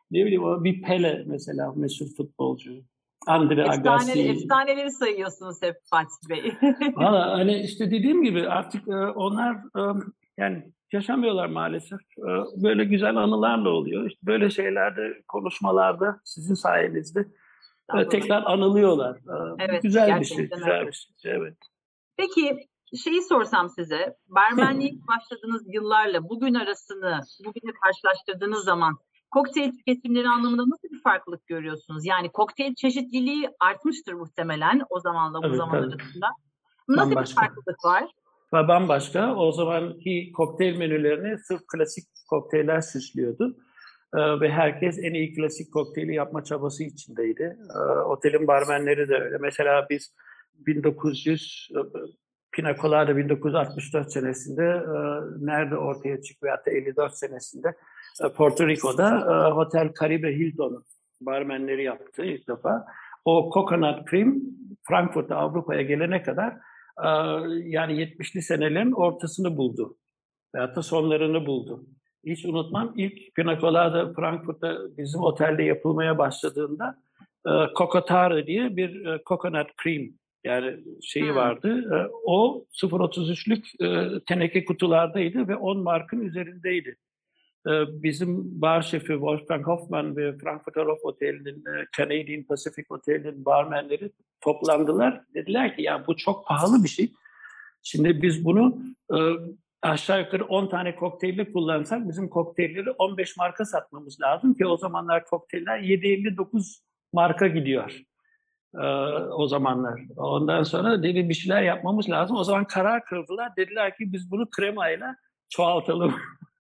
Ne bileyim o bir Pele mesela meşhur futbolcu. Andre Efsaneleri, Agassi. efsaneleri sayıyorsunuz hep Fatih Bey. Valla hani işte dediğim gibi artık e, onlar e, yani yaşamıyorlar maalesef. E, böyle güzel anılarla oluyor. İşte böyle şeylerde, konuşmalarda sizin sayenizde e, tekrar anılıyorlar. E, Evet, güzel bir şey, güzel öyle. bir şey. Evet. Peki şeyi sorsam size, barmenliğe başladığınız yıllarla bugün arasını, bugünü karşılaştırdığınız zaman kokteyl tüketimleri anlamında nasıl bir farklılık görüyorsunuz? Yani kokteyl çeşitliliği artmıştır muhtemelen o zamanla bu Tabii, zaman tabii. arasında. Nasıl Bambaşka. bir farklılık var? Ve bambaşka. O zamanki kokteyl menülerini sırf klasik kokteyller süslüyordu. Ee, ve herkes en iyi klasik kokteyli yapma çabası içindeydi. Ee, otelin barmenleri de öyle. Mesela biz bin dokuz yüz Pina Colada bin dokuz yüz altmış dört senesinde e, nerede ortaya çıktı veyahut da elli dört senesinde e, Porto Rico'da e, Hotel Caribe Hilton'un barmenleri yaptı ilk defa. O coconut cream Frankfurt'ta Avrupa'ya gelene kadar e, yani yetmişli senelerin ortasını buldu. Veyahut da sonlarını buldu. Hiç unutmam ilk Pina Colada Frankfurt'ta bizim otelde yapılmaya başladığında e, Cocotaro diye bir e, coconut cream yani şeyi Hmm. vardı. E, o sıfır virgül otuz üçlük e, teneke kutulardaydı ve on markın üzerindeydi. E, bizim bar şefi Wolfgang Hoffmann ve Frankfurter Hof Oteli'nin, e, Canadian Pacific Oteli'nin barmenleri toplandılar. Dediler ki ya bu çok pahalı bir şey. Şimdi biz bunu e, aşağı yukarı on tane kokteylle kullansak bizim kokteylleri on beş marka satmamız lazım ki o zamanlar kokteyller yedi elli dokuz marka gidiyor. Ee, o zamanlar. Ondan sonra dedi bir şeyler yapmamız lazım. O zaman karar kıldılar. Dediler ki biz bunu kremayla çoğaltalım.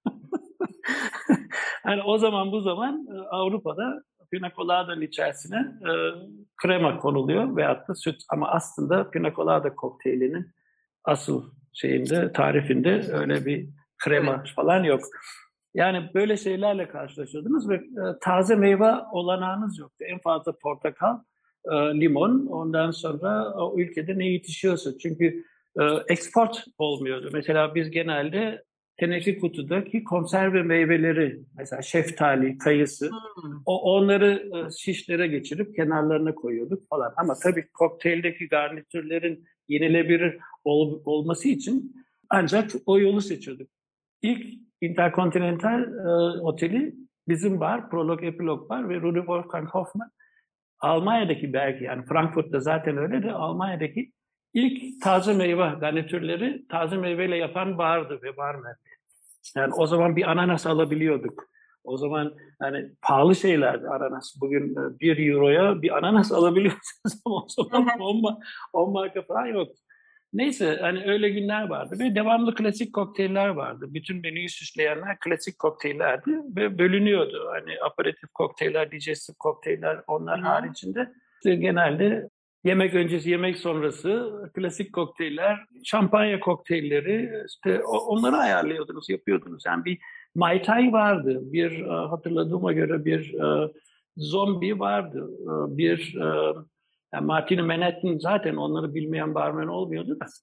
Yani o zaman bu zaman Avrupa'da Pina Colada'nın içerisine e, krema konuluyor veyahut da süt. Ama aslında Pina Colada kokteylinin asıl şeyinde, tarifinde öyle bir krema evet. falan yok. Yani böyle şeylerle karşılaşıyordunuz ve e, taze meyve olanağınız yoktu. En fazla portakal, e, limon, ondan sonra o ülkede ne yetişiyorsa. Çünkü e, export olmuyordu. Mesela biz genelde teneke kutudaki konserve meyveleri, mesela şeftali, kayısı, hmm. o onları e, şişlere geçirip kenarlarına koyuyorduk falan. Ama tabii kokteyldeki garnitürlerin yenilebilir ol, olması için ancak o yolu seçiyorduk. İlk Intercontinental e, Oteli bizim bar, Prolog Epilog Bar ve Rudi Wolfgang Hoffmann. Almanya'daki belki yani Frankfurt'ta zaten öyle de Almanya'daki ilk taze meyve garnitürleri taze meyveyle yapan bardı ve barmendi. Yani o zaman bir ananas alabiliyorduk. O zaman yani pahalı şeylerdi ananas. Bugün bir euroya bir ananas alabiliyorsunuz ama o zaman on marka falan yoktu. Neyse hani öyle günler vardı ve devamlı klasik kokteyller vardı. Bütün menüyü süsleyenler klasik kokteyllerdi ve bölünüyordu. Hani aperatif kokteyller, digestif kokteyller onlar hmm. haricinde işte genelde yemek öncesi, yemek sonrası klasik kokteyller, şampanya kokteylleri işte onları ayarlıyordunuz, yapıyordunuz. Yani bir Mai Tai vardı, bir hatırladığıma göre bir zombi vardı, bir yani Martini Manhattan zaten onları bilmeyen barmen olmuyordu da.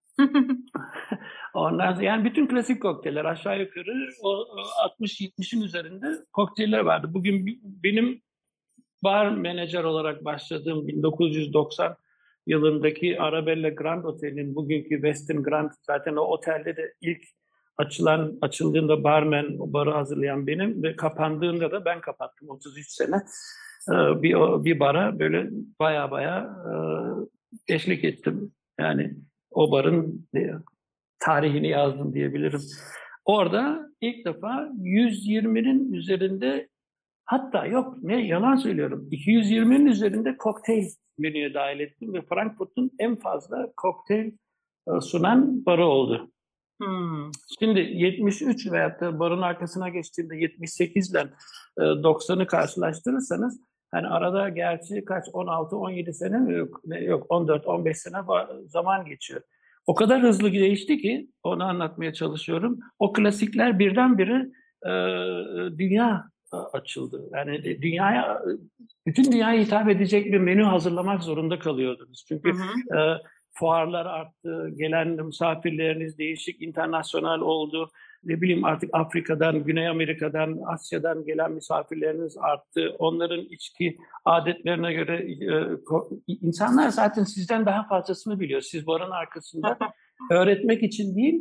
Ondan sonra yani bütün klasik kokteyller aşağı yukarı o altmış yetmişin üzerinde kokteyller vardı. Bugün benim bar menajer olarak başladığım bin dokuz yüz doksan yılındaki Arabella Grand Otel'in bugünkü Westin Grand zaten o otelde de ilk açılan açıldığında barmen o barı hazırlayan benim ve kapandığında da ben kapattım otuz üç sene. Bir, bir bara böyle baya baya eşlik ettim. Yani o barın tarihini yazdım diyebilirim. Orada ilk defa yüz yirminin üzerinde hatta yok ne yalan söylüyorum iki yüz yirminin üzerinde kokteyl menüye dahil ettim ve Frankfurt'un en fazla kokteyl sunan barı oldu. Hmm. Şimdi yetmiş üç veyahut da barın arkasına geçtiğinde yetmiş sekiz ile doksanı karşılaştırırsanız hani arada gerçi kaç on altı on yedi sene mi yok, yok on dört on beş sene zaman geçiyor. O kadar hızlı değişti ki onu anlatmaya çalışıyorum. O klasikler birdenbire e, dünya açıldı. Yani dünyaya bütün dünyaya hitap edecek bir menü hazırlamak zorunda kalıyordunuz. Çünkü hı hı. E, fuarlar arttı, gelen misafirleriniz değişik, internasyonel oldu. ne bileyim artık Afrika'dan, Güney Amerika'dan, Asya'dan gelen misafirleriniz arttı. Onların içki adetlerine göre e, insanlar zaten sizden daha fazlasını biliyor. Siz barın arkasında öğretmek için değil,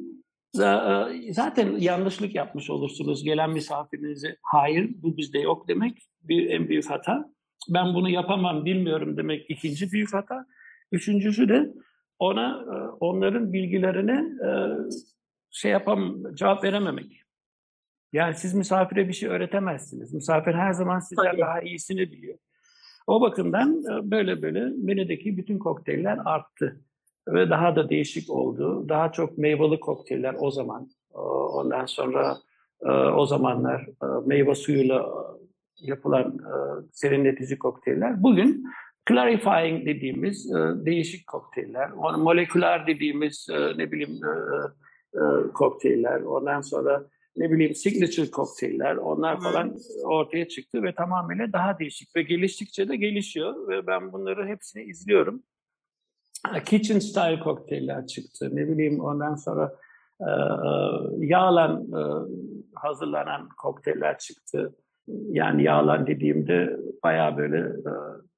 zaten yanlışlık yapmış olursunuz. Gelen misafirinize hayır bu bizde yok demek bir en büyük hata. Ben bunu yapamam, bilmiyorum demek ikinci büyük hata. Üçüncüsü de ona onların bilgilerine şey yapam cevap verememek. Yani siz misafire bir şey öğretemezsiniz. Misafir her zaman sizden Tabii. daha iyisini biliyor. O bakımdan böyle böyle menüdeki bütün kokteyller arttı. Ve daha da değişik oldu. Daha çok meyveli kokteyller o zaman. Ondan sonra o zamanlar meyve suyuyla yapılan serinletici kokteyller. Bugün clarifying dediğimiz değişik kokteyller, moleküler dediğimiz ne bileyim kokteyller, ondan sonra ne bileyim signature kokteyller, onlar falan ortaya çıktı ve tamamıyla daha değişik ve geliştikçe de gelişiyor ve ben bunları hepsini izliyorum. Kitchen style kokteyller çıktı. Ne bileyim ondan sonra e, yağla e, hazırlanan kokteyller çıktı. Yani yağlan dediğimde bayağı böyle e,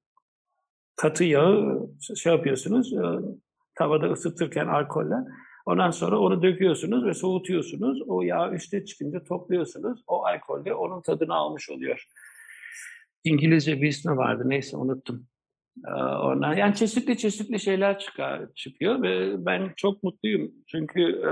katı yağı şey yapıyorsunuz, e, tavada ısıtırken alkolle. Ondan sonra onu döküyorsunuz ve soğutuyorsunuz. O yağ üste çıkınca topluyorsunuz. O alkolde onun tadını almış oluyor. İngilizce bir ismi vardı. Neyse unuttum. Ondan, yani çeşitli çeşitli şeyler çıkar, çıkıyor ve ben çok mutluyum. Çünkü e,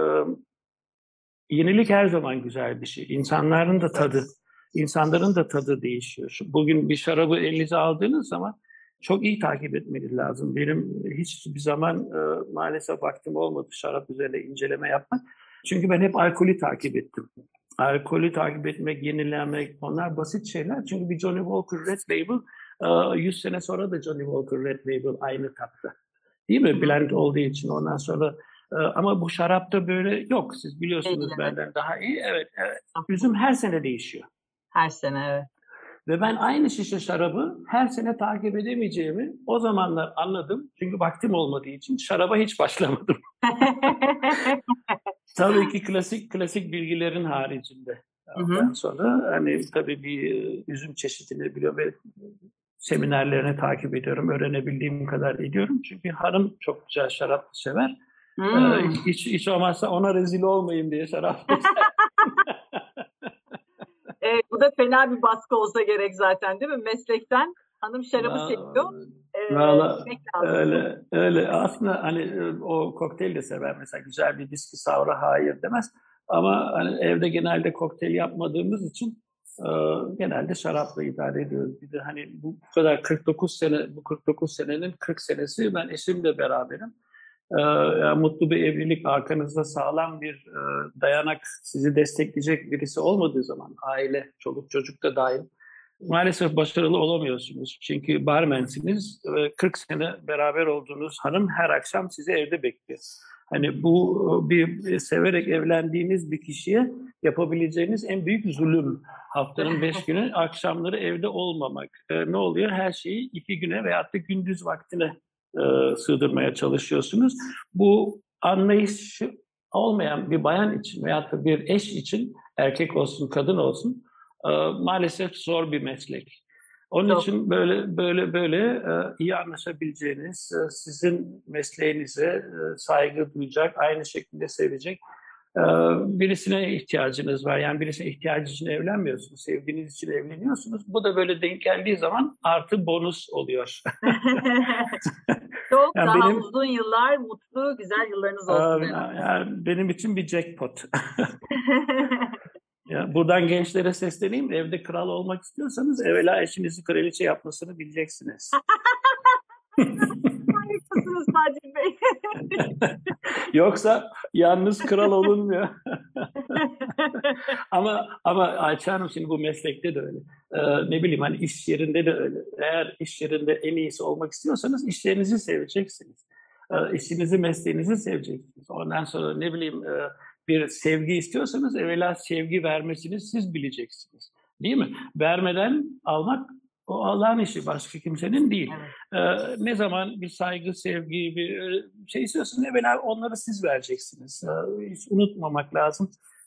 yenilik her zaman güzel bir şey. İnsanların da tadı, insanların da tadı değişiyor. Bugün bir şarabı elinize aldığınız zaman çok iyi takip etmeniz lazım. Benim hiçbir zaman e, maalesef vaktim olmadı şarap üzerine inceleme yapmak. Çünkü ben hep alkolü takip ettim. Alkolü takip etmek, yenilemek, onlar basit şeyler. Çünkü bir Johnny Walker Red Label yüz sene sonra da Johnny Walker Red Label aynı tatta. Değil mi? Blend olduğu için ondan sonra. Ama bu şarapta böyle yok. Siz biliyorsunuz evet, benden evet. daha iyi. Evet, evet. Üzüm her sene değişiyor. Her sene evet. Ve ben aynı şişe şarabı her sene takip edemeyeceğimi o zamanlar anladım. Çünkü vaktim olmadığı için şaraba hiç başlamadım. Tabii ki klasik klasik bilgilerin haricinde. Ondan sonra hani tabii bir üzüm çeşidini biliyorum ve seminerlerini takip ediyorum. Öğrenebildiğim kadar ediyorum. Çünkü hanım çok güzel şarap sever. Hmm. Ee, hiç, hiç olmazsa ona rezil olmayayım diye şarap Evet, bu da fena bir baskı olsa gerek zaten değil mi? Meslekten hanım şarabı seviyor. Ee, Valla öyle, öyle. Aslında hani o kokteyl de sever. Mesela güzel bir viski sour'a hayır demez. Ama hani evde genelde kokteyl yapmadığımız için e, genelde şarapla idare ediyoruz. Bir de hani bu kadar kırk dokuz sene, bu kırk dokuz senenin kırk senesi ben eşimle beraberim. E, yani mutlu bir evlilik, arkanızda sağlam bir e, dayanak, sizi destekleyecek birisi olmadığı zaman, aile, çoluk çocuk da dahil, maalesef başarılı olamıyorsunuz. Çünkü barmensiniz ve kırk sene beraber olduğunuz hanım her akşam sizi evde bekliyor. Hani bu bir severek evlendiğiniz bir kişiye yapabileceğiniz en büyük zulüm. Haftanın beş günü akşamları evde olmamak. E, ne oluyor? Her şeyi iki güne veyahut da gündüz vaktine e, sığdırmaya çalışıyorsunuz. Bu anlayış olmayan bir bayan için veyahut da bir eş için, erkek olsun kadın olsun, e, maalesef zor bir meslek. Onun Çok. için böyle böyle böyle e, iyi anlaşabileceğiniz, e, sizin mesleğinize e, saygı duyacak, aynı şekilde sevecek e, birisine ihtiyacınız var. Yani birisine ihtiyacı için evlenmiyorsunuz, sevdiğiniz için evleniyorsunuz. Bu da böyle denk geldiği zaman artı bonus oluyor. Çok yani daha benim, uzun yıllar, mutlu, güzel yıllarınız olsun. E, yani benim için bir jackpot. Ya buradan gençlere sesleneyim. Evde kral olmak istiyorsanız evvela eşinizi kraliçe yapmasını bileceksiniz. Harikasınız Fatih Bey. Yoksa yalnız kral olunmuyor. ama ama Ayça Hanım şimdi bu meslekte de öyle. Ee, ne bileyim hani iş yerinde de öyle. Eğer iş yerinde en iyisi olmak istiyorsanız iş yerinizi seveceksiniz. Ee, işinizi, mesleğinizi seveceksiniz. Ondan sonra ne bileyim... E, bir sevgi istiyorsanız evvela sevgi vermesini siz bileceksiniz. Değil mi? Vermeden almak o Allah'ın işi, başka kimsenin değil. Evet. Ee, ne zaman bir saygı, sevgi, bir şey istiyorsanız evvela onları siz vereceksiniz. Ee, hiç unutmamak lazım.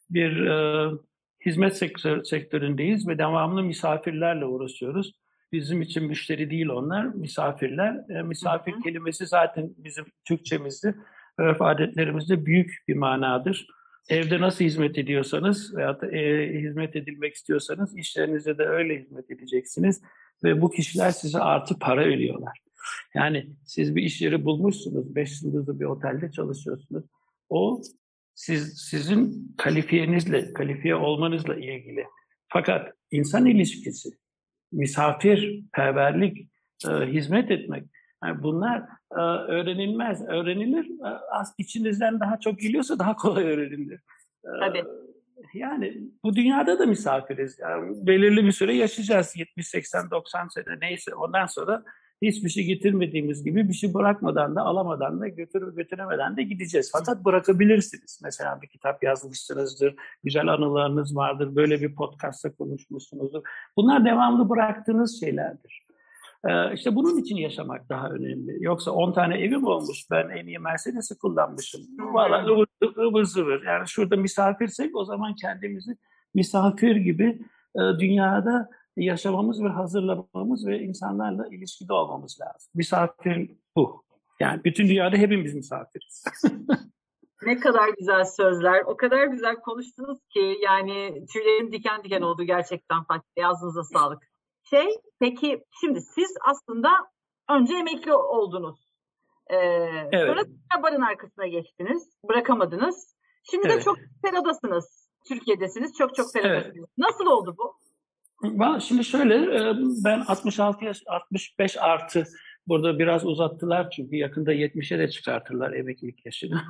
bir e, hizmet sektör, sektöründeyiz ve devamlı misafirlerle uğraşıyoruz. Bizim için müşteri değil onlar, misafirler. E, misafir hı hı. kelimesi zaten bizim Türkçemizde, örf adetlerimizde büyük bir manadır. Evde nasıl hizmet ediyorsanız veya da, e, hizmet edilmek istiyorsanız işlerinizde de öyle hizmet edeceksiniz. Ve bu kişiler size artı para veriyorlar. Yani siz bir iş yeri bulmuşsunuz, beş yıldızlı bir otelde çalışıyorsunuz. O siz sizin kalifiyenizle, kalifiye olmanızla ilgili. Fakat insan ilişkisi, misafirperverlik, e, hizmet etmek, yani bunlar e, öğrenilmez. Öğrenilir, e, içinizden daha çok geliyorsa daha kolay öğrenilir. E, Tabii. Yani bu dünyada da misafiriz. Yani belirli bir süre yaşayacağız. yetmiş, seksen, doksan sene neyse. Ondan sonra hiçbir şey getirmediğimiz gibi bir şey bırakmadan da alamadan da götürüp götüremeden de gideceğiz. Fakat bırakabilirsiniz. Mesela bir kitap yazmışsınızdır, güzel anılarınız vardır, böyle bir podcast'ta konuşmuşsunuzdur. Bunlar devamlı bıraktığınız şeylerdir. Ee, işte bunun için yaşamak daha önemli. Yoksa on tane evim olmuş, ben en iyi Mercedes'i kullanmışım. Valla ıvır, ıvır zıvır. Yani şurada misafirsek o zaman kendimizi misafir gibi e, dünyada yaşamamız ve hazırlamamız ve insanlarla ilişkide olmamız lazım. Misafir bu. Yani bütün dünyada hepimiz misafiriz. Ne kadar güzel sözler, o kadar güzel konuştunuz ki yani tüylerim diken diken oldu gerçekten Fatih Bey, ağzınıza sağlık. Şey, peki şimdi siz aslında önce emekli oldunuz. Ee, evet. Sonra barın arkasına geçtiniz, bırakamadınız. Şimdi evet. de çok seradasınız, Türkiye'desiniz, çok çok seradasınız. Evet. Nasıl oldu bu? Şimdi şöyle, ben altmış altı yaş, altmış beş artı, burada biraz uzattılar çünkü yakında yetmişe de çıkartırlar emeklilik yaşını.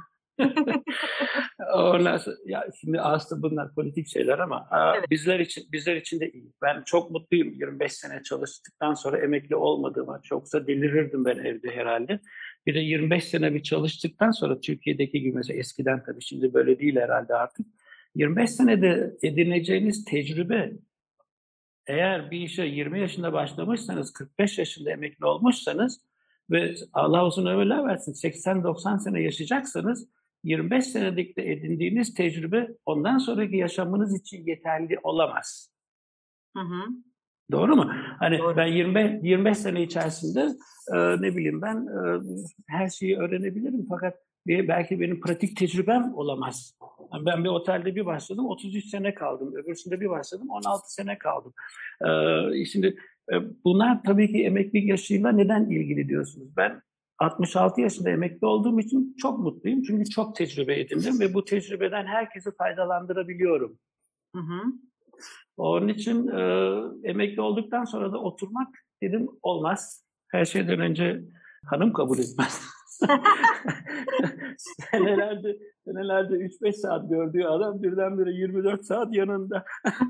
Ondan sonra, ya şimdi aslında bunlar politik şeyler ama evet. bizler için bizler için de iyi. Ben çok mutluyum. yirmi beş sene çalıştıktan sonra emekli olmadığıma, çoksa delirirdim ben evde herhalde. Bir de yirmi beş sene bir çalıştıktan sonra Türkiye'deki gibi mesela eskiden tabii şimdi böyle değil herhalde artık. yirmi beş senede edineceğiniz tecrübe, eğer bir işe yirmi yaşında başlamışsanız, kırk beş yaşında emekli olmuşsanız ve Allah uzun ömürler versin seksen doksan sene yaşayacaksanız yirmi beş senelik de edindiğiniz tecrübe ondan sonraki yaşamınız için yeterli olamaz. Hı hı. Doğru mu? Hani Doğru. Ben yirmi beş, yirmi beş sene içerisinde e, ne bileyim ben e, her şeyi öğrenebilirim fakat bir, belki benim pratik tecrübem olamaz. Yani ben bir otelde bir başladım, otuz üç sene kaldım. Öbürsünde bir başladım, on altı sene kaldım. E, şimdi e, bunlar tabii ki emeklilik yaşıyla neden ilgili diyorsunuz? Ben altmış altı yaşında emekli olduğum için çok mutluyum. Çünkü çok tecrübe edindim ve bu tecrübeden herkesi faydalandırabiliyorum. Hı hı. Onun için e, emekli olduktan sonra da oturmak dedim olmaz. Her şeyden önce hanım kabul etmez. senelerce senelerce üç beş saat gördüğü adam birdenbire yirmi dört saat yanında.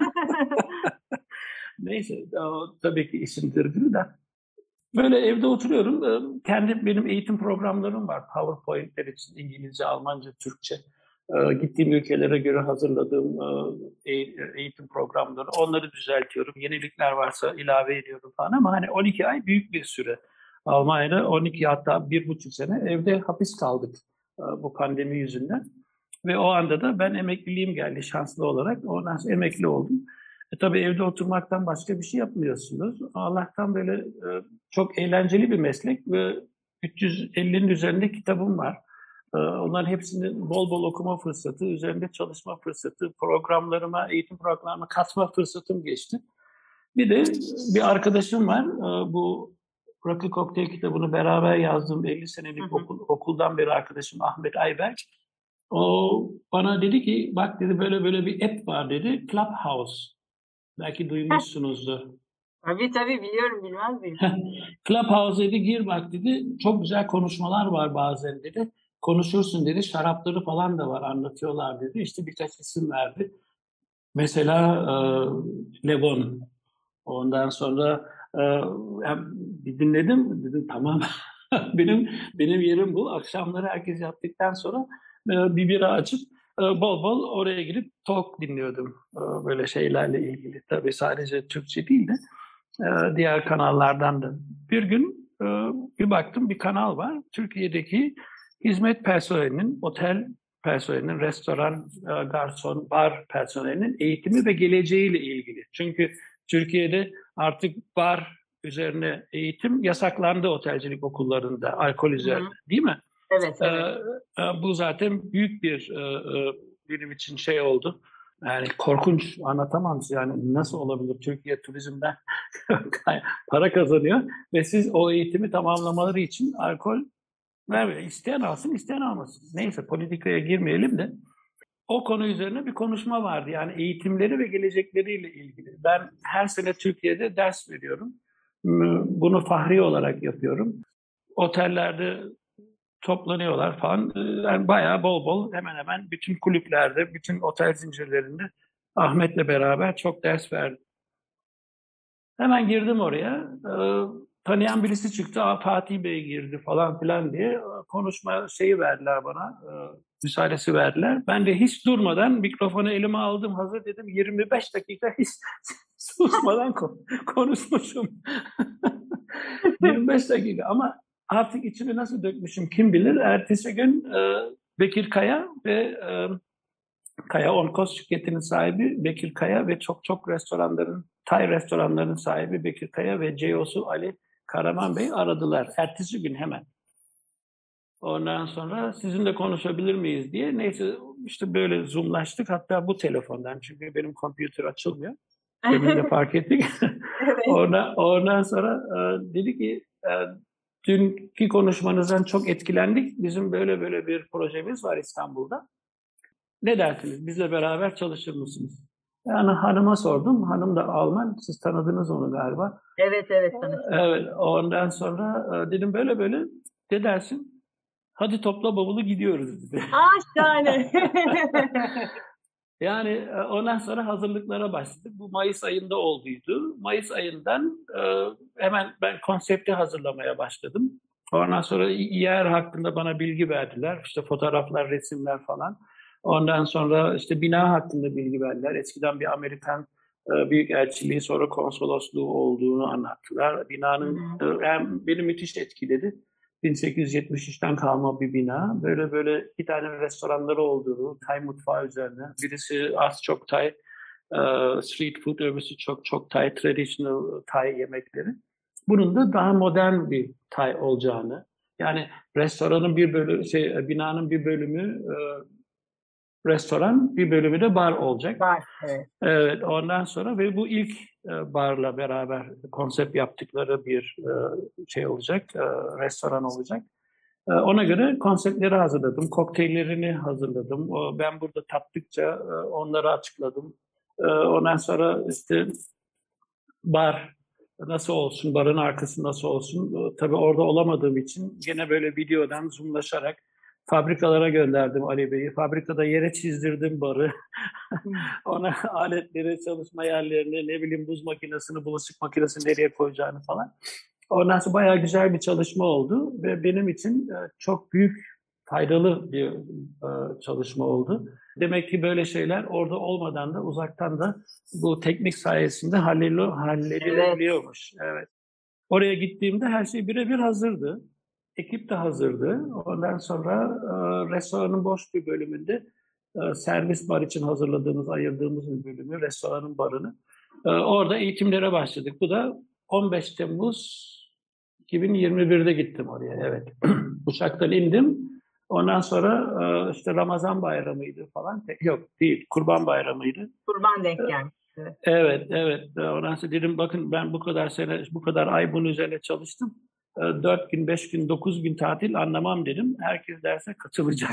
Neyse o, tabii ki isimdir da. Böyle evde oturuyorum. Kendi benim eğitim programlarım var. PowerPoint'ler için İngilizce, Almanca, Türkçe. Gittiğim ülkelere göre hazırladığım eğitim programları. Onları düzeltiyorum. Yenilikler varsa ilave ediyorum falan ama hani on iki ay büyük bir süre. Almanya'da on iki hatta bir buçuk sene evde hapis kaldık bu pandemi yüzünden. Ve o anda da ben emekliliğim geldi şanslı olarak. Ondan sonra emekli oldum. E, tabii evde oturmaktan başka bir şey yapmıyorsunuz. Allah'tan böyle e, çok eğlenceli bir meslek ve üç yüz ellinin üzerinde kitabım var. E, onların hepsini bol bol okuma fırsatı, üzerinde çalışma fırsatı, programlarıma, eğitim programlarıma katma fırsatım geçti. Bir de bir arkadaşım var. E, bu Rocky Cocktail kitabını beraber yazdığım elli senelik hı hı. Okul, okuldan beri arkadaşım Ahmet Ayberk. O bana dedi ki bak dedi böyle böyle bir app var dedi. Clubhouse. Belki duymuşsunuzdur. Tabii tabii biliyorum, bilmez miyim? Clubhouse dedi, gir bak dedi. Çok güzel konuşmalar var bazen dedi. Konuşursun dedi. Şarapları falan da var, anlatıyorlar dedi. İşte birkaç isim verdi. Mesela e, Levon. Ondan sonra e, bir dinledim. Dedim tamam. benim benim yerim bu. Akşamları herkes yattıktan sonra e, bir bira açıp bol bol oraya girip talk dinliyordum. Böyle şeylerle ilgili. Tabii sadece Türkçe değil de diğer kanallardan da. Bir gün bir baktım bir kanal var. Türkiye'deki hizmet personelinin, otel personelinin, restoran, garson, bar personelinin eğitimi ve geleceğiyle ilgili. Çünkü Türkiye'de artık bar üzerine eğitim yasaklandı otelcilik okullarında, alkol üzerine, Hı-hı. değil mi? Evet, evet. Ee, bu zaten büyük bir e, benim için şey oldu. Yani korkunç, anlatamam size. Yani nasıl olabilir? Türkiye turizmden para kazanıyor ve siz o eğitimi tamamlamaları için alkol vermiyor. İsteyen alsın, isteyen almasın. Neyse, politikaya girmeyelim de. O konu üzerine bir konuşma vardı. Yani eğitimleri ve gelecekleriyle ilgili. Ben her sene Türkiye'de ders veriyorum. Bunu fahri olarak yapıyorum. Otellerde toplanıyorlar falan. Yani bayağı bol bol, hemen hemen bütün kulüplerde, bütün otel zincirlerinde Ahmet'le beraber çok ders verdim. Hemen girdim oraya. Ee, tanıyan birisi çıktı. Aa, Fatih Bey girdi falan filan diye konuşma şeyi verdiler bana. E, müsaadesi verdiler. Ben de hiç durmadan mikrofonu elime aldım. Hazır dedim. yirmi beş dakika hiç susmadan konuşmuşum. yirmi beş dakika ama artık içimi nasıl dökmüşüm kim bilir. Ertesi gün e, Bekir Kaya ve e, Kaya Onkos şirketinin sahibi Bekir Kaya ve çok çok restoranların, Tay restoranlarının sahibi Bekir Kaya ve C E O'su Ali Karaman Bey aradılar. Ertesi gün hemen. Ondan sonra sizinle konuşabilir miyiz diye. Neyse işte böyle zoomlaştık. Hatta bu telefondan, çünkü benim kompütür açılmıyor. Demin de fark ettik. Evet. Ondan, ondan sonra e, dedi ki e, dünkü konuşmanızdan çok etkilendik. Bizim böyle böyle bir projemiz var İstanbul'da. Ne dersiniz? Bizle beraber çalışır mısınız? Yani hanıma sordum. Hanım da Alman. Siz tanıdınız onu galiba. Evet, evet tanıştım. Evet. Ondan sonra dedim böyle böyle. Ne dersin? Hadi topla bavulu gidiyoruz dedi. Aa, şahane. Yani ondan sonra hazırlıklara başladık. Bu Mayıs ayında olduydu. Mayıs ayından hemen ben konsepti hazırlamaya başladım. Ondan sonra yer hakkında bana bilgi verdiler. İşte fotoğraflar, resimler falan. Ondan sonra işte bina hakkında bilgi verdiler. Eskiden bir Amerikan büyükelçiliği, sonra konsolosluğu olduğunu anlattılar. Binanın yani beni müthiş etkiledi. bin sekiz yüz yetmiş üçten kalma bir bina. Böyle böyle iki tane restoranları olduğunu, Tay mutfağı üzerine. Birisi az çok Tay, street food, öbürsü çok çok Tay, traditional Tay yemekleri. Bunun da daha modern bir Tay olacağını, yani restoranın bir bölümü, şey, binanın bir bölümü restoran, bir bölümü de bar olacak. Bar, evet. Evet, ondan sonra ve bu ilk e, barla beraber konsept yaptıkları bir e, şey olacak, e, restoran olacak. E, ona göre konseptleri hazırladım, kokteyllerini hazırladım. O, ben burada tattıkça e, onları açıkladım. E, ondan sonra işte bar nasıl olsun, barın arkası nasıl olsun. E, tabii orada olamadığım için gene böyle videodan zoomlaşarak fabrikalara gönderdim Ali Bey'i. Fabrikada yere çizdirdim barı. Ona aletleri, çalışma yerlerini, ne bileyim buz makinesini, bulaşık makinesini nereye koyacağını falan. Ondan sonra bayağı güzel bir çalışma oldu ve benim için çok büyük, faydalı bir çalışma oldu. Demek ki böyle şeyler orada olmadan da uzaktan da bu teknik sayesinde halledilebiliyormuş. Evet. Evet. Oraya gittiğimde her şey birebir hazırdı. Ekip de hazırdı. Ondan sonra e, restoranın boş bir bölümünde e, servis bar için hazırladığımız, ayırdığımız bir bölümü, restoranın barını. E, orada eğitimlere başladık. Bu da on beş Temmuz iki bin yirmi birde gittim oraya. Evet. Uçaktan indim. Ondan sonra e, işte Ramazan bayramıydı falan. Yok değil, Kurban bayramıydı. Kurban denk gelmişti. Evet, evet. Ondan sonra dedim bakın ben bu kadar sene, bu kadar ay bunun üzerine çalıştım. Dört gün, beş gün, dokuz gün tatil anlamam dedim. Herkes derse katılacak.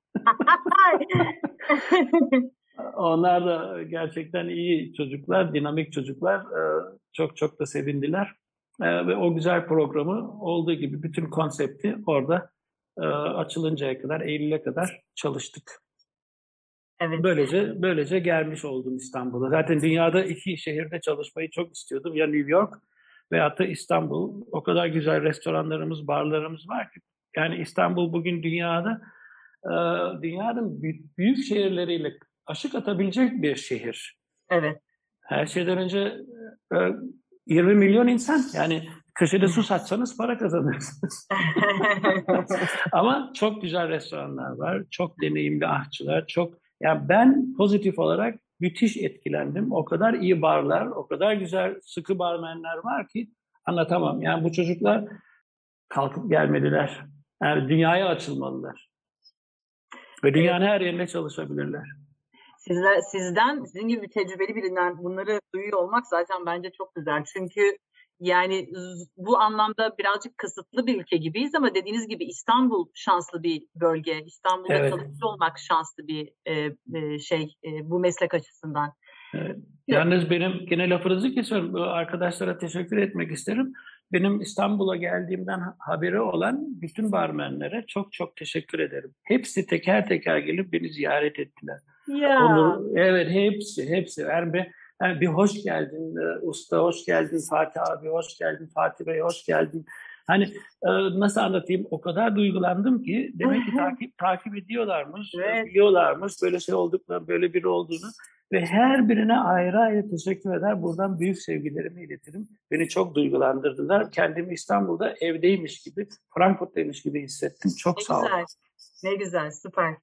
Onlar da gerçekten iyi çocuklar, dinamik çocuklar. Çok çok da sevindiler. Ve o güzel programı olduğu gibi bütün konsepti orada açılıncaya kadar, Eylül'e kadar çalıştık. Evet. Böylece böylece gelmiş oldum İstanbul'a. Zaten dünyada iki şehirde çalışmayı çok istiyordum. Ya New York veyahut da İstanbul. O kadar güzel restoranlarımız, barlarımız var ki. Yani İstanbul bugün dünyada dünyanın büyük şehirleriyle aşık atabilecek bir şehir. Evet. Her şeyden önce yirmi milyon insan. Yani Köşede su satsanız para kazanırsınız. Ama çok güzel restoranlar var, çok deneyimli aşçılar, çok. Yani ben pozitif olarak müthiş etkilendim. O kadar iyi barlar, o kadar güzel sıkı barmenler var ki anlatamam. Yani bu çocuklar kalkıp gelmediler. Yani dünyaya açılmalılar. Ve dünyanın her yerinde çalışabilirler. Sizler, sizden, sizin gibi bir tecrübeli birinden bunları duyuyor olmak zaten bence çok güzel. Çünkü yani bu anlamda birazcık kısıtlı bir ülke gibiyiz ama dediğiniz gibi İstanbul şanslı bir bölge. İstanbul'da evet. Kalıcı olmak şanslı bir e, e, şey e, bu meslek açısından. Evet. Yalnız benim gene lafınızı kesiyorum. Arkadaşlara teşekkür etmek isterim. Benim İstanbul'a geldiğimden haberi olan bütün barmenlere çok çok teşekkür ederim. Hepsi teker teker gelip beni ziyaret ettiler. Ya. Onur, evet hepsi hepsi. Yani bir, yani bir hoş geldin usta, hoş geldin Fatih abi, hoş geldin Fatih Bey, hoş geldin. Hani e, nasıl anlatayım, o kadar duygulandım ki demek ki takip takip ediyorlarmış, evet. biliyorlarmış böyle şey olduklarını, böyle biri olduğunu. Ve her birine ayrı ayrı teşekkür eder. Buradan büyük sevgilerimi iletirim. Beni çok duygulandırdılar. Kendimi İstanbul'da evdeymiş gibi, Frankfurt'taymış gibi hissettim. Çok ne sağ olun. Güzel. Ne güzel, süper.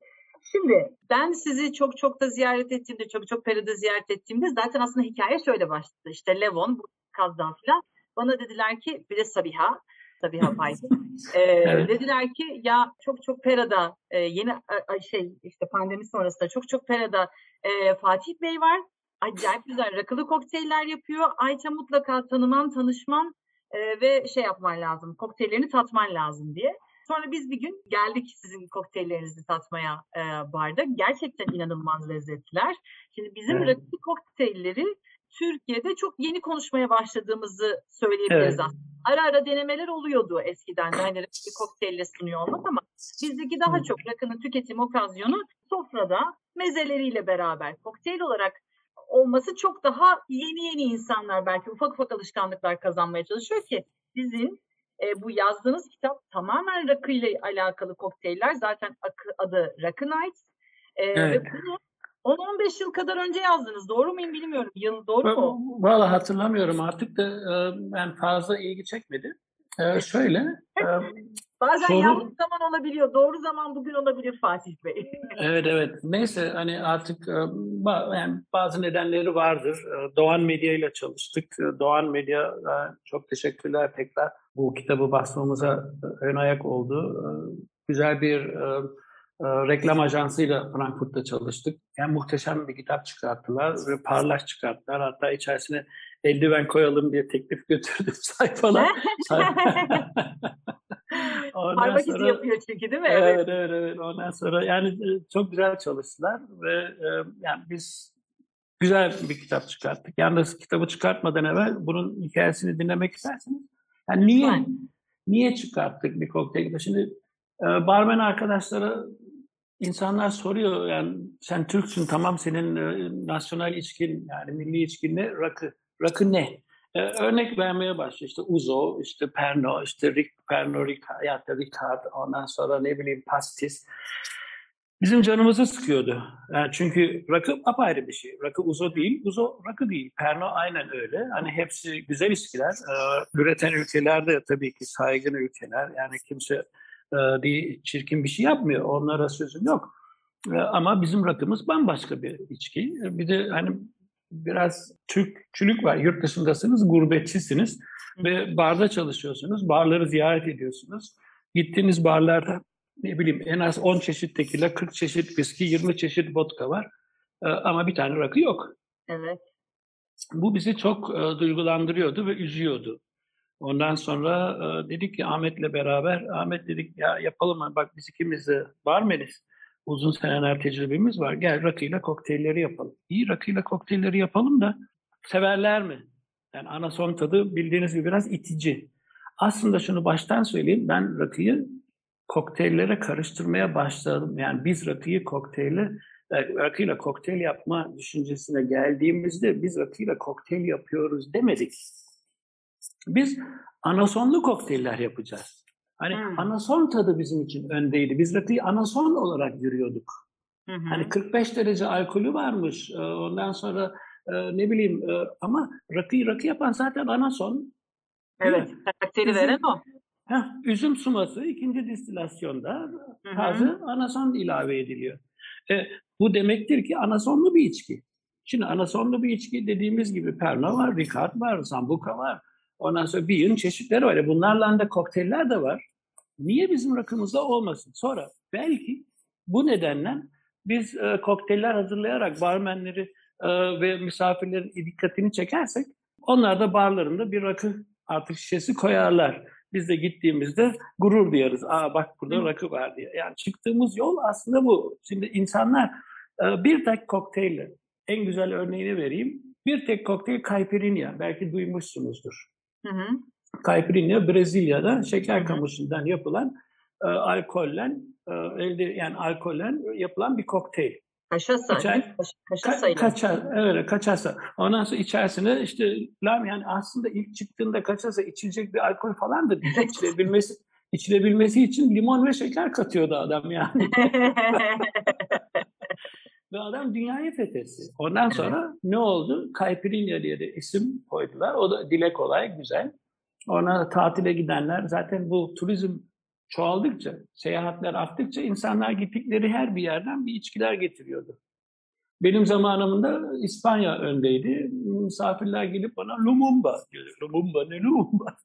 Şimdi ben sizi çok çok da ziyaret ettiğimde, çok çok peride ziyaret ettiğimde zaten aslında hikaye şöyle başladı. İşte Levon, Kazdan filan bana dediler ki, bir de Sabiha, Sabiha Paydı. ee, evet. Dediler ki ya çok çok perada e, yeni a, şey işte pandemi sonrasında çok çok perada e, Fatih Bey var. Acayip güzel rakılı kokteyller yapıyor. Ayça mutlaka tanıman, tanışman e, ve şey yapman lazım. Kokteyllerini tatman lazım diye. Sonra biz bir gün geldik sizin kokteyllerinizi tatmaya e, barda. Gerçekten inanılmaz lezzetliler. Şimdi bizim evet. rakı kokteylleri Türkiye'de çok yeni konuşmaya başladığımızı söyleyebiliriz evet. aslında. Ara ara denemeler oluyordu eskiden de hani rakı kokteylle sunuyor olmak ama bizdeki daha çok rakının tüketim okazyonu sofrada mezeleriyle beraber kokteyl olarak olması çok daha yeni yeni insanlar belki ufak ufak alışkanlıklar kazanmaya çalışıyor ki sizin E, bu yazdığınız kitap tamamen rakı ile alakalı kokteyller. Zaten adı Rakı Night. E, evet. Ve bunu on on beş yıl kadar önce yazdınız. Doğru muyum bilmiyorum. Yıl doğru mu? Vallahi hatırlamıyorum artık da e, ben fazla ilgi çekmedi. E, şöyle. E, Bazen soru... yanlış zaman olabiliyor. Doğru zaman bugün olabilir Fatih Bey. evet evet. Neyse hani artık e, yani bazı nedenleri vardır. E, Doğan Medya ile çalıştık. E, Doğan Medya e, çok teşekkürler tekrar. Bu kitabı basmamıza ön ayak oldu. E, güzel bir e, e, reklam ajansıyla Frankfurt'ta çalıştık. Yani muhteşem bir kitap çıkarttılar ve parlak çıkarttılar. Hatta içerisine eldiven koyalım diye teklif götürdüm sayfalar. Parmak izi yapıyor çünkü değil mi? Evet, evet, evet, evet. Ondan sonra yani çok güzel çalıştılar ve e, yani biz güzel bir kitap çıkarttık. Yalnız kitabı çıkartmadan evvel bunun hikayesini dinlemek isterseniz. Yani niye Hı. niye çıkarttık bir kokteyl? Şimdi e, barmen arkadaşlara insanlar soruyor yani sen Türksün tamam senin e, nasyonal içkin yani milli içkin ne? Rakı. Rakı ne? Ee, örnek vermeye başlıyor. İşte Uzo, işte Pernod, işte Rick, Pernod Ricard, ya da Ricard, ondan sonra ne bileyim pastis. Bizim canımızı sıkıyordu. Yani çünkü rakı apayrı bir şey. Rakı Uzo değil, Uzo rakı değil. Pernod aynen öyle. Hani hepsi güzel içkiler. Ee, üreten ülkelerde tabii ki saygın ülkeler. Yani kimse e, bir çirkin bir şey yapmıyor. Onlara sözüm yok. E, ama bizim rakımız bambaşka bir içki. Bir de hani biraz Türkçülük var. Yurt dışındasınız, gurbetçisiniz ve barda çalışıyorsunuz. Barları ziyaret ediyorsunuz. Gittiğiniz barlarda ne bileyim en az on çeşit tekila, kırk çeşit viski, yirmi çeşit vodka var. Ee, ama bir tane rakı yok. Evet. Bu bizi çok e, duygulandırıyordu ve üzüyordu. Ondan sonra e, dedik ki Ahmet'le beraber, Ahmet dedik ya yapalım mı? Bak biz ikimiz de barmeniz. Uzun seneler tecrübemiz var. Gel rakıyla kokteylleri yapalım. İyi rakıyla kokteylleri yapalım da severler mi? Yani anason tadı bildiğiniz gibi biraz itici. Aslında şunu baştan söyleyeyim. Ben rakıyı kokteyllere karıştırmaya başladım. Yani biz rakıyı kokteyle, rakıyla kokteyl yapma düşüncesine geldiğimizde biz rakıyla kokteyl yapıyoruz demedik. Biz anasonlu kokteyller yapacağız. Hani hmm. anason tadı bizim için öndeydi. Biz rakıyı anason olarak yürüyorduk. Hı hı. Hani kırk beş derece alkolü varmış. Ondan sonra ne bileyim ama rakıyı rakı yapan zaten anason. Evet, karakteri üzüm, veren o. Heh, üzüm suması ikinci distilasyonda taze anason ilave ediliyor. E, bu demektir ki anasonlu bir içki. Şimdi anasonlu bir içki dediğimiz gibi Pernod var, Ricard var, Sambuca var. Ondan sonra bir yığın çeşitleri var. Bunlarla da kokteyller de var. Niye bizim rakımızda olmasın? Sonra belki bu nedenle biz e, kokteyller hazırlayarak barmenleri e, ve misafirlerin dikkatini çekersek onlar da barlarında bir rakı artık şişesi koyarlar. Biz de gittiğimizde gurur duyarız. Aa bak burada rakı var diye. Yani çıktığımız yol aslında bu. Şimdi insanlar e, bir tek kokteyle, en güzel örneğini vereyim. Bir tek kokteyl caipirinha. Belki duymuşsunuzdur. Hı hı. Caipirinha Brezilya'da şeker kamışından yapılan e, alkolle e, elde yani alkolle yapılan bir kokteyl. Kaşasa. İçer, kaşasa. Ka, kaça, evet kaçasa. Ondan sonra içerisine işte yani aslında ilk çıktığında kaçasa içilecek bir alkol falan da değil. İçilebilmesi, içilebilmesi için limon ve şeker katıyordu adam yani. Ve adam dünyayı fethetti. Ondan sonra ne oldu? Caipirinha diye de isim koydular. O da dile kolay, güzel. Ona tatile gidenler zaten bu turizm çoğaldıkça, seyahatler arttıkça insanlar gittikleri her bir yerden bir içkiler getiriyordu. Benim zamanımda İspanya öndeydi. Misafirler gelip bana Lumumba diyor. Lumumba ne Lumumba?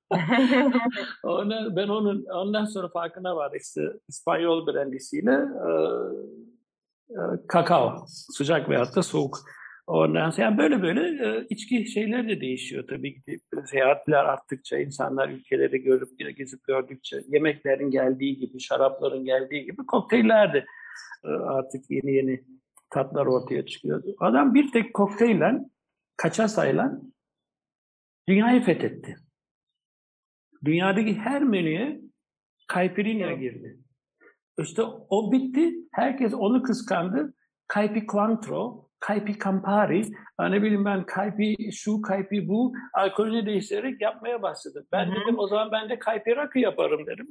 Ona, ben onun ondan sonra farkına vardım işte İspanyol brandisiyle e, e, kakao, sıcak veyahut da soğuk. Ondan sonra yani böyle böyle e, içki şeyler de değişiyor tabii ki. Seyahatler arttıkça, insanlar ülkeleri görüp gezip gördükçe, yemeklerin geldiği gibi, şarapların geldiği gibi kokteyller de e, artık yeni yeni tatlar ortaya çıkıyordu. Adam bir tek kokteyle, kaçasayla dünyayı fethetti. Dünyadaki her menüye caipirinha girdi. İşte o bitti. Herkes onu kıskandı. Caipi Cointreau, Caipi Campari, ne bileyim ben Caipi şu, Caipi bu, alkolünü değiştirerek yapmaya başladı. Ben Hı-hı. dedim o zaman ben de Caipi rakı yaparım dedim.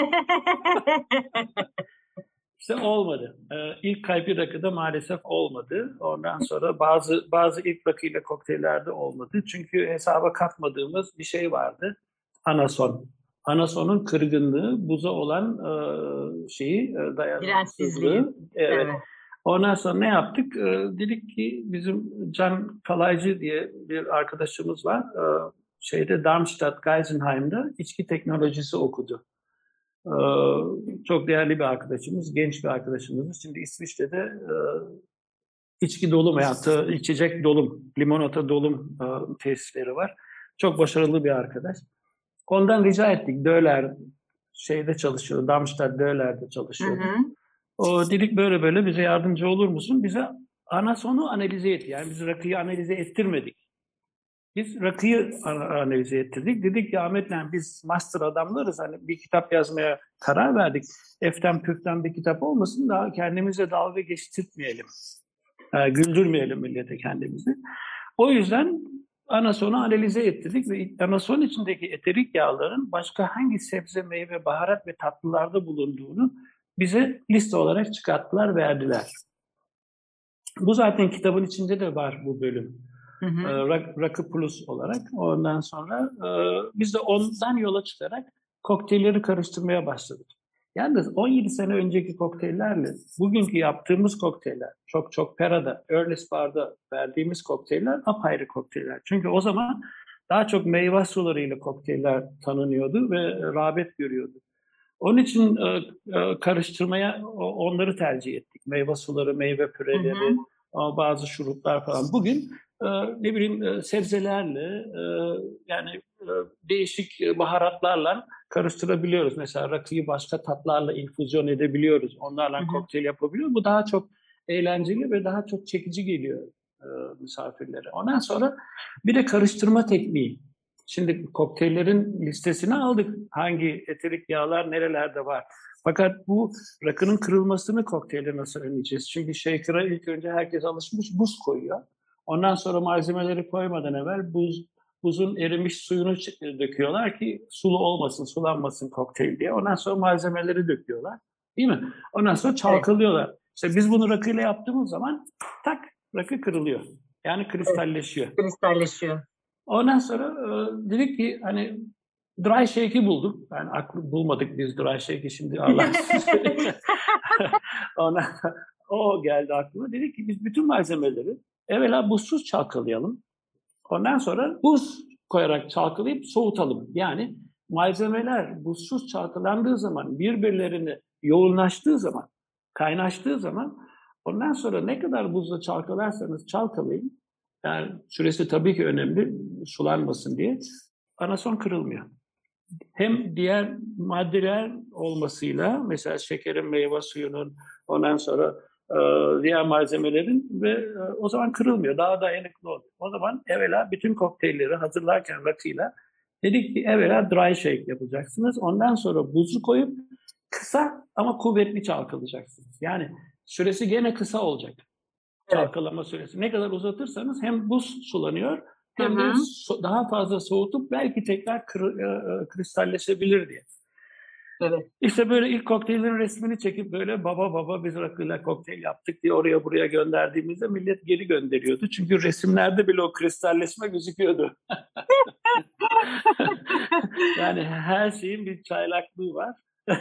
İşte olmadı. Ee, ilk Caipi rakı da maalesef olmadı. Ondan sonra bazı bazı ilk rakıyla kokteyllerde olmadı. Çünkü hesaba katmadığımız bir şey vardı. Anason. Anasonun kırgınlığı, buza olan e, şeyi, e, dayanıksızlığı. Evet. evet. Ondan sonra ne yaptık? E, dedik ki bizim Can Kalaycı diye bir arkadaşımız var. E, şeyde Darmstadt, Geisenheim'de içki teknolojisi okudu. E, çok değerli bir arkadaşımız, genç bir arkadaşımız. Şimdi İsviçre'de e, içki dolum veyahut da içecek dolum, limonata dolum e, tesisleri var. Çok başarılı bir arkadaş. Ondan rica ettik. Döler şeyde çalışıyor. Darmstadt Döler'de çalışıyor. Hı hı. O dedik böyle böyle bize yardımcı olur musun? Bize anasonu analize etti. Yani biz rakıyı analize ettirmedik. Biz rakıyı analize ettirdik. Dedik ki Ahmet'le biz master adamlarız. Hani bir kitap yazmaya karar verdik. Eften püften bir kitap olmasın da kendimize dalga geçtirtmeyelim. E, güldürmeyelim millete kendimizi. O yüzden anasonu analize ettirdik ve anason içindeki eterik yağların başka hangi sebze, meyve, baharat ve tatlılarda bulunduğunu bize liste olarak çıkarttılar, verdiler. Bu zaten kitabın içinde de var bu bölüm. Hı hı. Rak, Rakı Plus olarak. Ondan sonra e, biz de ondan yola çıkarak kokteylleri karıştırmaya başladık. Yalnız on yedi sene önceki kokteyllerle bugünkü yaptığımız kokteyller, çok çok Pera'da, Earl's Bar'da verdiğimiz kokteyller apayrı kokteyller. Çünkü o zaman daha çok meyve sularıyla kokteyller tanınıyordu ve rağbet görüyordu. Onun için e, e, karıştırmaya onları tercih ettik. Meyve suları, meyve püreleri, hı hı. bazı şuruplar falan. Bugün e, ne bileyim e, sebzelerle, e, yani e, değişik baharatlarla karıştırabiliyoruz. Mesela rakıyı başka tatlarla infüzyon edebiliyoruz. Onlarla hı hı. kokteyl yapabiliyoruz. Bu daha çok eğlenceli ve daha çok çekici geliyor e, misafirlere. Ondan sonra bir de karıştırma tekniği. Şimdi kokteyllerin listesini aldık. Hangi eterik yağlar nerelerde var. Fakat bu rakının kırılmasını kokteyle nasıl önleyeceğiz? Çünkü shaker'a ilk önce herkes alışmış buz koyuyor. Ondan sonra malzemeleri koymadan evvel buz buzun erimiş suyunu döküyorlar ki sulu olmasın, sulanmasın kokteyl diye. Ondan sonra malzemeleri döküyorlar. Değil mi? Ondan sonra çalkalıyorlar. Evet. İşte biz bunu rakıyla yaptığımız zaman tak rakı kırılıyor. Yani kristalleşiyor. Evet, kristalleşiyor. Ondan sonra e, dedik ki hani dry shake'i bulduk. Yani aklı bulmadık biz dry shake'i şimdi Allah söyleyeyim. Ondan sonra o geldi aklıma. Dedik ki biz bütün malzemeleri evvela buzsuz çalkalayalım. Ondan sonra buz koyarak çalkalayıp soğutalım. Yani malzemeler buzsuz çalkalandığı zaman, birbirlerini yoğunlaştığı zaman, kaynaştığı zaman ondan sonra ne kadar buzla çalkalarsanız çalkalayın. Yani süresi tabii ki önemli, sulanmasın diye. Anason kırılmıyor. Hem diğer maddeler olmasıyla, mesela şekerin, meyve suyunun, ondan sonra e, diğer malzemelerin ve e, o zaman kırılmıyor. Daha dayanıklı oluyor. O zaman evvela bütün kokteylleri hazırlarken rakıyla dedik ki evvela dry shake yapacaksınız. Ondan sonra buzu koyup kısa ama kuvvetli çalkalayacaksınız. Yani süresi gene kısa olacak. Çalkalama süresi. Ne kadar uzatırsanız hem buz sulanıyor hem de so- daha fazla soğutup belki tekrar kır, e, kristalleşebilir diye. Evet. İşte böyle ilk kokteylin resmini çekip böyle baba baba biz rakıyla kokteyl yaptık diye oraya buraya gönderdiğimizde millet geri gönderiyordu. Çünkü resimlerde bile o kristalleşme gözüküyordu. Yani her şeyin bir çaylaklığı var.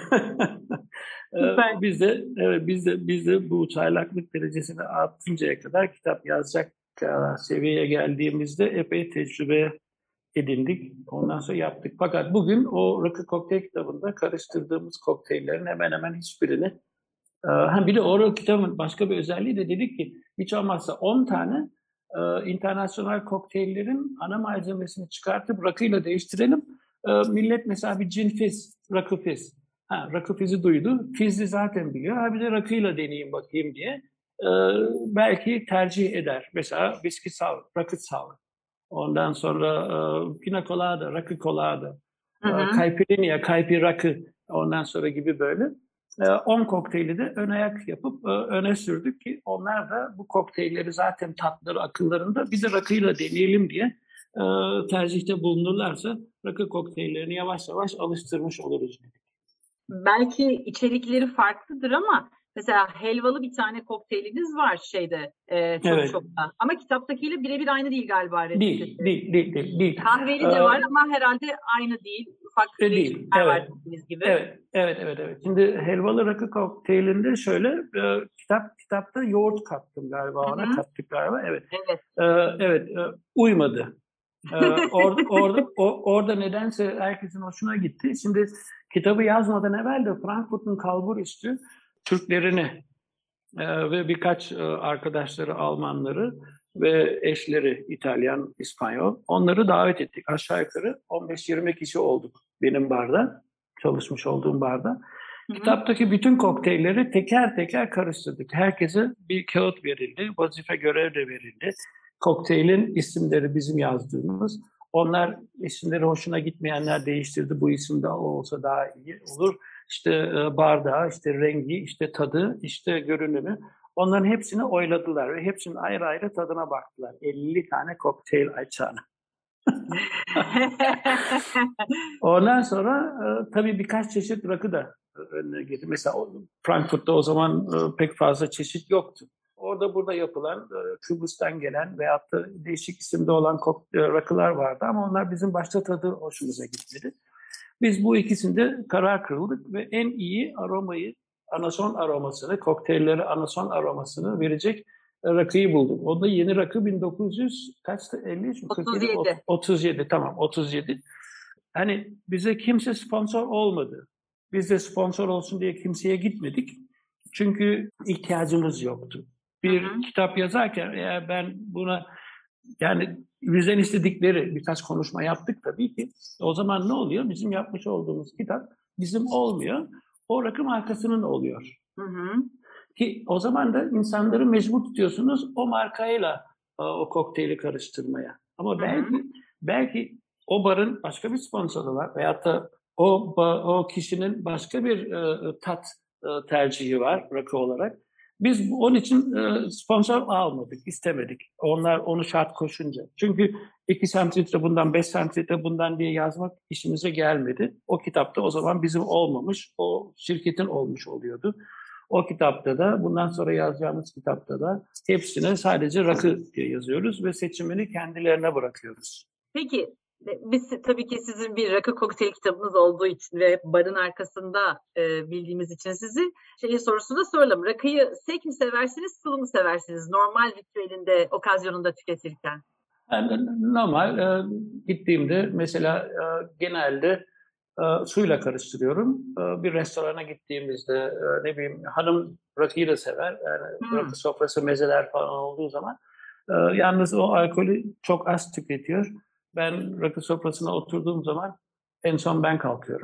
Süper. biz de evet biz de biz de bu çaylaklık derecesini arttırıncaya kadar kitap yazacak seviyeye geldiğimizde epey tecrübe edindik. Ondan sonra yaptık. Fakat bugün o rakı kokteyl kitabında karıştırdığımız kokteyllerin hemen hemen hiçbirini ha bir de o kitabın başka bir özelliği de dedik ki hiç olmazsa on tane e, internasyonel kokteyllerin ana malzemesini çıkartıp rakıyla değiştirelim. E, millet mesela bir cin fizz, rakı fizz. Ha, rakı fizzi duydu. Fizzi zaten biliyor. Ha bir de rakıyla deneyeyim bakayım diye. E, belki tercih eder. Mesela viski sour, rakı sour. Ondan sonra e, pina colada, rakı colada, e, caipirinha, caipi rakı, ondan sonra gibi böyle on kokteyli de ön ayak yapıp öne sürdük ki onlar da bu kokteylleri zaten tatları akıllarında bir de rakıyla deneyelim diye tercihte bulunurlarsa rakı kokteyllerini yavaş yavaş alıştırmış oluruz. Belki içerikleri farklıdır ama mesela helvalı bir tane kokteyliniz var şeyde e, çok evet. çokta. Ama kitaptakiyle birebir aynı değil galiba. Değil, değil, değil, değil, değil. Kahveli ee, de var ama herhalde aynı değil. Ufak değil. Evet. Var gibi. Evet, evet, evet, evet. Şimdi helvalı rakı kokteylinde şöyle e, kitap kitapta yoğurt kattım galiba ona Hı-hı. kattık galiba. Evet. Evet. E, evet, e, uymadı. ee, orada, orada, o, orada nedense herkesin hoşuna gitti. Şimdi kitabı yazmadan evvel de Frankfurt'un kalburüstü Türklerini e, ve birkaç e, arkadaşları Almanları ve eşleri İtalyan, İspanyol onları davet ettik. Aşağı yukarı on beş yirmi kişi olduk benim barda, çalışmış olduğum barda. Hı hı. Kitaptaki bütün kokteylleri teker teker karıştırdık. Herkese bir kağıt verildi, vazife görev de verildi. Kokteylin isimleri bizim yazdığımız. Onlar isimleri hoşuna gitmeyenler değiştirdi. Bu isim de o olsa daha iyi olur. İşte bardağı, işte rengi, işte tadı, işte görünümü. Onların hepsini oyladılar ve hepsinin ayrı ayrı tadına baktılar. elli tane kokteyl açağına. Ondan sonra tabii birkaç çeşit rakı da önüne geldi. Mesela Frankfurt'ta o zaman pek fazla çeşit yoktu. Orada burada yapılan Kıbrıs'tan gelen veyahut da değişik isimde olan rakılar vardı ama onlar bizim başta tadı hoşumuza gitmedi. Biz bu ikisinde karar kıldık ve en iyi aromayı, anason aromasını, kokteylleri anason aromasını verecek rakıyı bulduk. O da yeni rakı bin dokuz yüz kaçtı? elli üç mü? otuz yedi. otuz yedi tamam otuz yedi. Hani bize kimse sponsor olmadı. Biz de sponsor olsun diye kimseye gitmedik. Çünkü ihtiyacımız yoktu. Bir Hı-hı. kitap yazarken eğer ben buna yani bizden istedikleri birkaç konuşma yaptık tabii ki. O zaman ne oluyor? Bizim yapmış olduğumuz kitap bizim olmuyor. O rakı markasının oluyor. Hı hı. Ki o zaman da insanları mecbur tutuyorsunuz o markayla o kokteyli karıştırmaya. Ama belki hı hı. belki o barın başka bir sponsoru var veyahut da o o kişinin başka bir e, tat e, tercihi var rakı olarak. Biz onun için e, sponsor almadık, istemedik. Onlar onu şart koşunca. Çünkü iki santimetre bundan, beş santimetre bundan diye yazmak işimize gelmedi. O kitapta o zaman bizim olmamış, o şirketin olmuş oluyordu. O kitapta da, bundan sonra yazacağımız kitapta da hepsine sadece rakı diye yazıyoruz ve seçimini kendilerine bırakıyoruz. Peki, biz tabii ki sizin bir rakı kokteyl kitabınız olduğu için ve barın arkasında e, bildiğimiz için sizi şey sorusunu da soralım. Rakıyı sek mi seversiniz, sulu mu seversiniz? Normal ritüelinde, okazyonunda tüketirken. Yani normal e, gittiğimde mesela e, genelde e, suyla karıştırıyorum. E, bir restorana gittiğimizde e, ne bileyim hanım rakıyı da sever. Yani Hmm. rakı sofrası mezeler falan olduğu zaman e, yalnız o alkolü çok az tüketiyor. Ben rakı sofrasına oturduğum zaman en son ben kalkıyorum.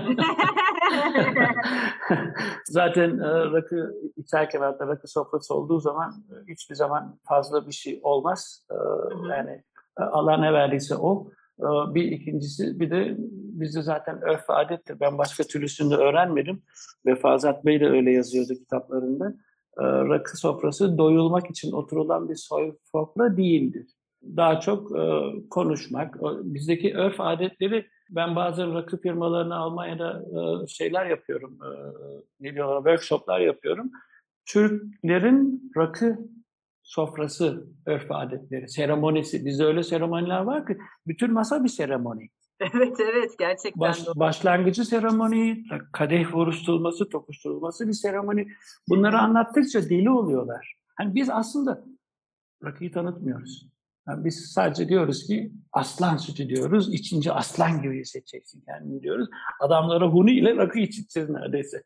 Zaten e, rakı içerken hatta rakı sofrası olduğu zaman e, hiçbir zaman fazla bir şey olmaz. E, yani e, Allah ne verdiyse o. E, bir ikincisi bir de bizde zaten örf ve adettir. Ben başka türlüsünü de öğrenmedim. Ve Fazlat Bey de öyle yazıyordu kitaplarında. E, rakı sofrası doyulmak için oturulan bir sofra değildir. Daha çok e, konuşmak. O, bizdeki örf adetleri ben bazen rakı firmalarına Almanya'da e, şeyler yapıyorum. E, ne diyorlar? Workshoplar yapıyorum. Türklerin rakı sofrası, örf adetleri, seremonisi. Bizde öyle seremoniler var ki bütün masa bir seremoni. Evet evet gerçekten Baş, doğru. başlangıcı seremoni, kadeh vuruşturulması, tokuşturulması bir seremoni. Bunları anlattıkça deli oluyorlar. Hani biz aslında rakıyı tanıtmıyoruz. Yani biz sadece diyoruz ki aslan sütü diyoruz. İçince aslan gibi hissedeceksin kendini diyoruz. Adamlara huni ile rakı içeceğiz neredeyse.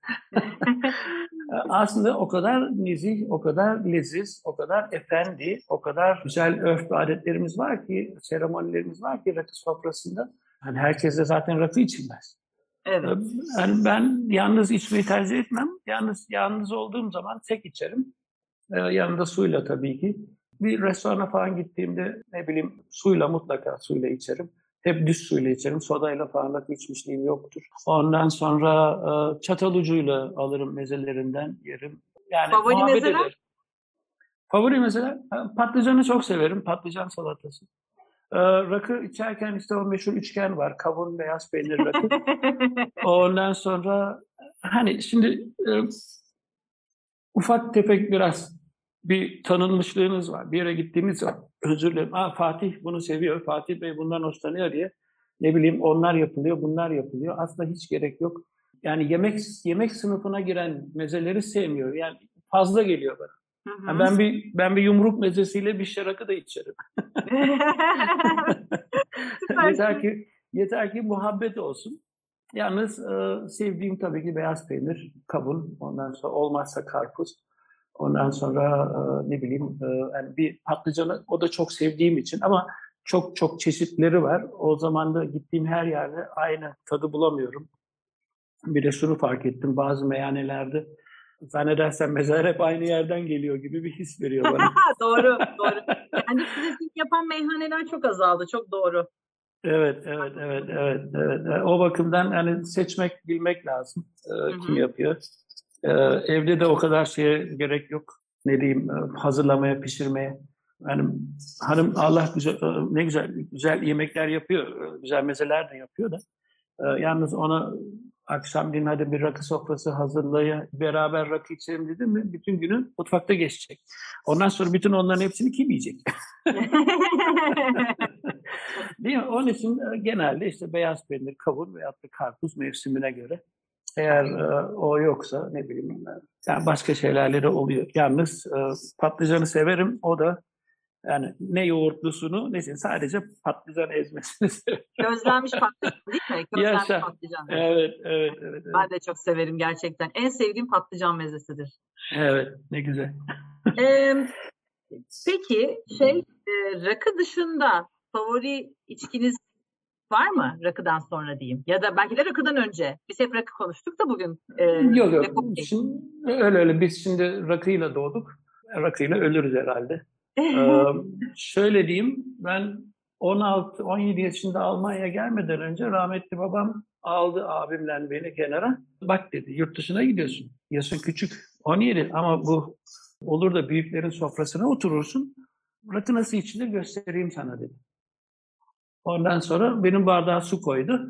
Aslında o kadar nezih, o kadar leziz, o kadar efendi, o kadar güzel örf ve adetlerimiz var ki, seremonilerimiz var ki rakı sofrasında. Yani herkes de zaten rakı içilmez. Evet. Yani ben yalnız içmeyi tercih etmem. Yalnız yalnız olduğum zaman tek içerim. Ee, yanında suyla tabii ki. Bir restorana falan gittiğimde ne bileyim suyla mutlaka suyla içerim. Hep düz suyla içerim. Sodayla falan da içmişliğim yoktur. Ondan sonra e, çatal ucuyla alırım mezelerinden yerim. Yani Favori muhabbet mezeler? ederim. Favori mesela patlıcanı çok severim. Patlıcan salatası. Ee, rakı içerken işte o meşhur üçgen var. Kavun, beyaz peynir, rakı. Ondan sonra hani şimdi e, ufak tefek biraz bir tanınmışlığınız var. Bir yere gittiğimiz zaman özür dilerim. Aa, Fatih bunu seviyor. Fatih Bey bundan hoşlanıyor diye. Ne bileyim onlar yapılıyor, bunlar yapılıyor. Aslında hiç gerek yok. Yani yemek yemek sınıfına giren mezeleri sevmiyor. Yani fazla geliyor bana. Hı hı. Yani ben bir ben bir yumruk mezesiyle bir şarkı da içerim. yeter ki yeter ki muhabbet olsun. Yalnız e, sevdiğim tabii ki beyaz peynir, kavun, ondan sonra olmazsa karpuz. Ondan sonra e, ne bileyim e, yani bir patlıcanı o da çok sevdiğim için ama çok çok çeşitleri var. O zaman da gittiğim her yerde aynı tadı bulamıyorum. Bir de şunu fark ettim bazı meyhanelerde zannedersem mezar hep aynı yerden geliyor gibi bir his veriyor bana. Doğru, doğru. Kendi pratik yapan meyhaneler çok azaldı, çok doğru. Evet, evet, evet, evet, evet. O bakımdan hani seçmek, bilmek lazım. Ee, kim yapıyor? Ee, evde de o kadar şeye gerek yok. Ne diyeyim, hazırlamaya, pişirmeye. Yani hanım Allah güzel, ne güzel, güzel yemekler yapıyor, güzel mezeler de yapıyor da. Ee, yalnız ona akşamleyin hadi bir rakı sofrası hazırlayın, beraber rakı içelim dedim mi bütün günü mutfakta geçecek. Ondan sonra bütün onların hepsini kim yiyecek? Değil mi? Onun için genelde işte beyaz peynir, kavun veyahut da karpuz mevsimine göre. Eğer e, o yoksa ne bileyim yani başka şeylerle de oluyor. Yalnız e, patlıcanı severim. O da yani ne yoğurtlusunu ne sadece patlıcan ezmesini severim. Gözlenmiş patlıcan değil mi? Gözlenmiş Yaşa. patlıcan. Evet, evet, evet, evet. Ben de çok severim gerçekten. En sevdiğim patlıcan mezesidir. Evet, ne güzel. Ee, peki şey e, rakı dışında favori içkiniz var mı rakıdan sonra diyeyim? Ya da belki de rakıdan önce. Biz hep rakı konuştuk da bugün. E, yok yok. Şimdi, öyle öyle. Biz şimdi rakıyla doğduk. Rakıyla ölürüz herhalde. ee, şöyle diyeyim. Ben on altı on yedi yaşında Almanya'ya gelmeden önce rahmetli babam aldı abimle beni kenara. Bak dedi yurt dışına gidiyorsun. Yaşın küçük. on yedi ama bu olur da büyüklerin sofrasına oturursun. Rakı nasıl içilir göstereyim sana dedi. Ondan sonra benim bardağa su koydu.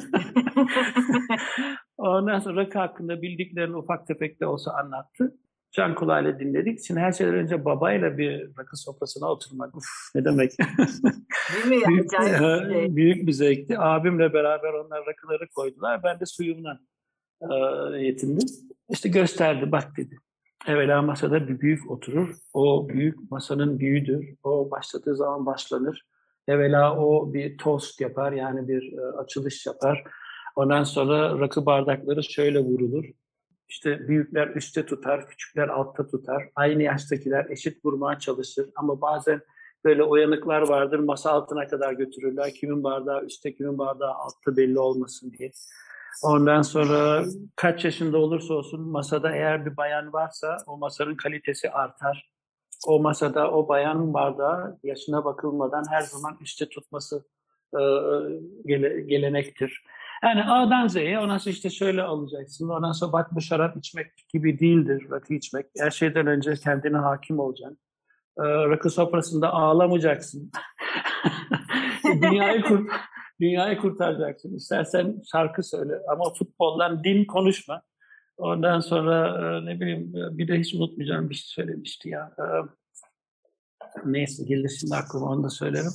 Ondan sonra rakı hakkında bildiklerini ufak tefek de olsa anlattı. can kulağıyla dinledik. Şimdi her şeyden önce babayla bir rakı sofrasına oturmak. Uf, ne demek? Değil mi? büyük, Acayip bir şey. büyük bir zevkti. Abimle beraber onlar rakıları koydular. Ben de suyumdan e, yetindim. İşte gösterdi, bak dedi. Evvela masada bir büyük oturur. O büyük masanın büyüğüdür. O başladığı zaman başlanır. Evvela o bir toast yapar, yani bir e, açılış yapar. Ondan sonra rakı bardakları şöyle vurulur. İşte büyükler üstte tutar, küçükler altta tutar. Aynı yaştakiler eşit vurmaya çalışır. Ama bazen böyle uyanıklar vardır, masa altına kadar götürürler. Kimin bardağı üstte, kimin bardağı altta belli olmasın diye. Ondan sonra kaç yaşında olursa olsun masada eğer bir bayan varsa o masanın kalitesi artar. O masada o bayan bardağı yaşına bakılmadan her zaman üstte tutması e, gele, gelenektir. Yani A'dan Z'ye ondan sonra işte şöyle alacaksın. Ondan sonra bak bu şarap içmek gibi değildir rakı içmek. Her şeyden önce kendine hakim olacaksın. E, rakı sofrasında ağlamayacaksın. Dünyayı kurt Dünyayı kurtaracaksın. İstersen şarkı söyle ama futboldan din konuşma. Ondan sonra ne bileyim bir de hiç unutmayacağım bir şey söylemişti ya. Neyse gelir şimdi aklıma, onu da söylerim.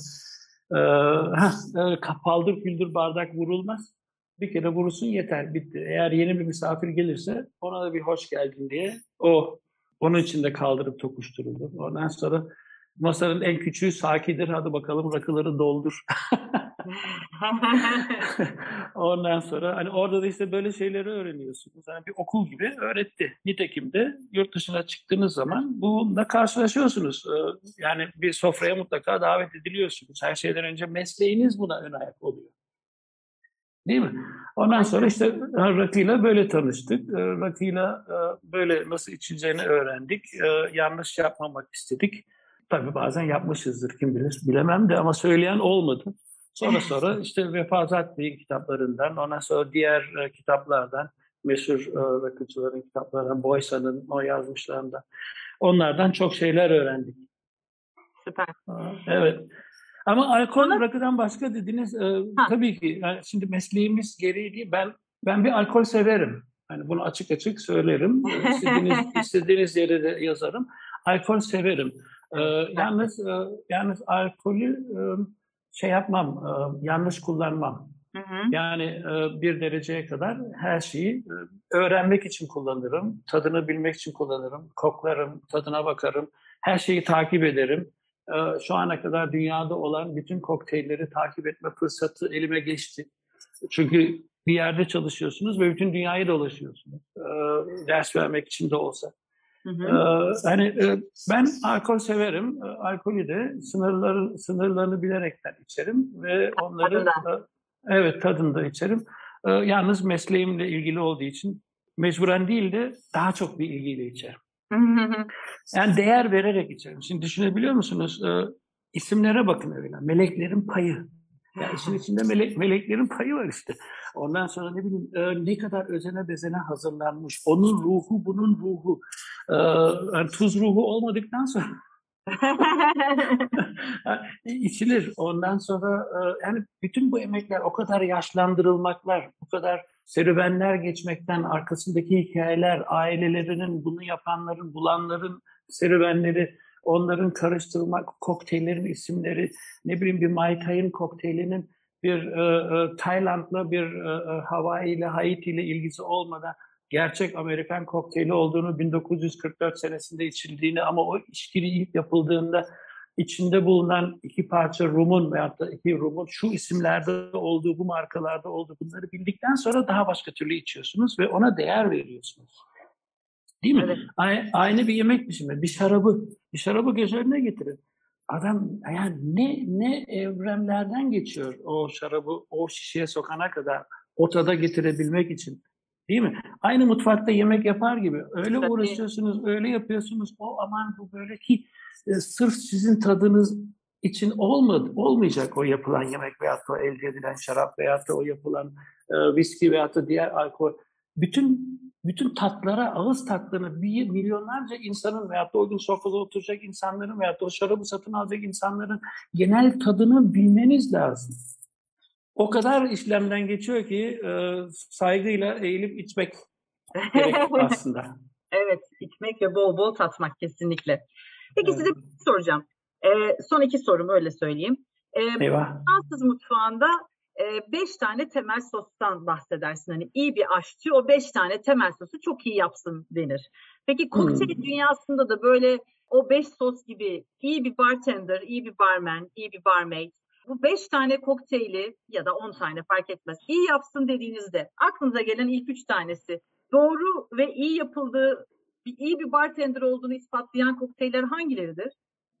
Heh, paldır küldür bardak vurulmaz. Bir kere vurulsun yeter, bitti. Eğer yeni bir misafir gelirse ona da bir hoş geldin diye o onun içinde kaldırıp tokuşturulur. Ondan sonra masanın en küçüğü sakidir. Hadi bakalım rakıları doldur. Ondan sonra hani orada da işte böyle şeyleri öğreniyorsunuz. Yani bir okul gibi öğretti. Nitekim de yurt dışına çıktığınız zaman bununla karşılaşıyorsunuz. Yani bir sofraya mutlaka davet ediliyorsunuz. Her şeyden önce mesleğiniz buna ön ayak oluyor. Değil mi? Ondan sonra işte rakıyla böyle tanıştık. Rakıyla böyle nasıl içeceğini öğrendik. Yanlış yapmamak istedik. Tabii bazen yapmışızdır, kim bilir, bilemem de, ama söyleyen olmadı. Sonra sonra işte Vefazat Bey'in kitaplarından, ondan sonra diğer e, kitaplardan, meşhur e, rakıcıların kitaplarından, Boysa'nın o yazmışlarından, onlardan çok şeyler öğrendik. Süper. Evet. Ama alkol rakıdan başka dediniz. E, tabii ki. Yani şimdi mesleğimiz gereği değil. Ben ben bir alkol severim. Yani bunu açık açık söylerim. İstediğiniz, istediğiniz yere de yazarım. Alkol severim. Ee, yalnız e, yalnız alkolü e, şey yapmam, e, yanlış kullanmam. Hı hı. Yani e, bir dereceye kadar her şeyi e, öğrenmek için kullanırım, tadını bilmek için kullanırım, koklarım, tadına bakarım, her şeyi takip ederim. E, şu ana kadar dünyada olan bütün kokteylleri takip etme fırsatı elime geçti. Çünkü bir yerde çalışıyorsunuz ve bütün dünyayı dolaşıyorsunuz. E, ders vermek için de olsa. Hı hı. Ee, hani e, ben alkol severim. E, alkolü de sınırları sınırlarını bilerekten içerim ve onları e, evet tadında içerim. E, yalnız mesleğimle ilgili olduğu için mecburen değil de daha çok bir ilgiyle içerim. Hı hı. Yani değer vererek içerim. Şimdi düşünebiliyor musunuz? E, isimlere bakın öyle. Meleklerin payı. Yani işin içinde melek, meleklerin payı var işte. Ondan sonra ne bileyim e, ne kadar özene bezene hazırlanmış. Onun ruhu, bunun ruhu. E, yani tuz ruhu olmadıktan sonra içilir. Ondan sonra e, yani bütün bu emekler, o kadar yaşlandırılmaklar, bu kadar serüvenler geçmekten, arkasındaki hikayeler, ailelerinin, bunu yapanların, bulanların serüvenleri, onların karıştırmak, kokteyllerin isimleri, ne bileyim bir Mai Tai'nin kokteylinin bir e, e, Tayland'la bir e, Hawaii ile Haiti ile ilgisi olmadan gerçek Amerikan kokteyli olduğunu, bin dokuz yüz kırk dört senesinde içildiğini, ama o içkili ilk yapıldığında içinde bulunan iki parça rumun veyahut da iki rumun şu isimlerde olduğu, bu markalarda olduğu, bunları bildikten sonra daha başka türlü içiyorsunuz ve ona değer veriyorsunuz. Değil mi? Evet. Aynı bir yemek biçimi, bir şarabı, bir şarabı göz önüne getirin. Adam yani ne ne evrenlerden geçiyor o şarabı o şişeye sokana kadar o tada getirebilmek için. Değil mi? Aynı mutfakta yemek yapar gibi. Öyle uğraşıyorsunuz, öyle yapıyorsunuz. O aman bu böyle ki e, sırf sizin tadınız için olmadı, olmayacak o yapılan yemek veyahut da o elde edilen şarap veyahut da o yapılan e, viski veyahut da diğer alkol. Bütün bütün tatlara, ağız tatlarına bir milyonlarca insanın veyahut da o gün sofrada oturacak insanların veyahut da o şarabı satın alacak insanların genel tadını bilmeniz lazım. O kadar işlemden geçiyor ki e, saygıyla eğilip içmek gerek aslında. Evet, içmek ve bol bol tatmak kesinlikle. Peki Evet. size bir şey soracağım. Ee, son iki sorum öyle söyleyeyim. Ee, Eyvah. Fransız mutfağında e, beş tane temel sostan bahsedersin. Hani iyi bir aşçı o beş tane temel sosu çok iyi yapsın denir. Peki kokteyl Hmm. dünyasında da böyle o beş sos gibi iyi bir bartender, iyi bir barman, iyi bir barmaid bu beş tane kokteyli ya da on tane fark etmez iyi yapsın dediğinizde aklınıza gelen ilk üç tanesi doğru ve iyi yapıldığı, bir, iyi bir bartender olduğunu ispatlayan kokteyller hangileridir?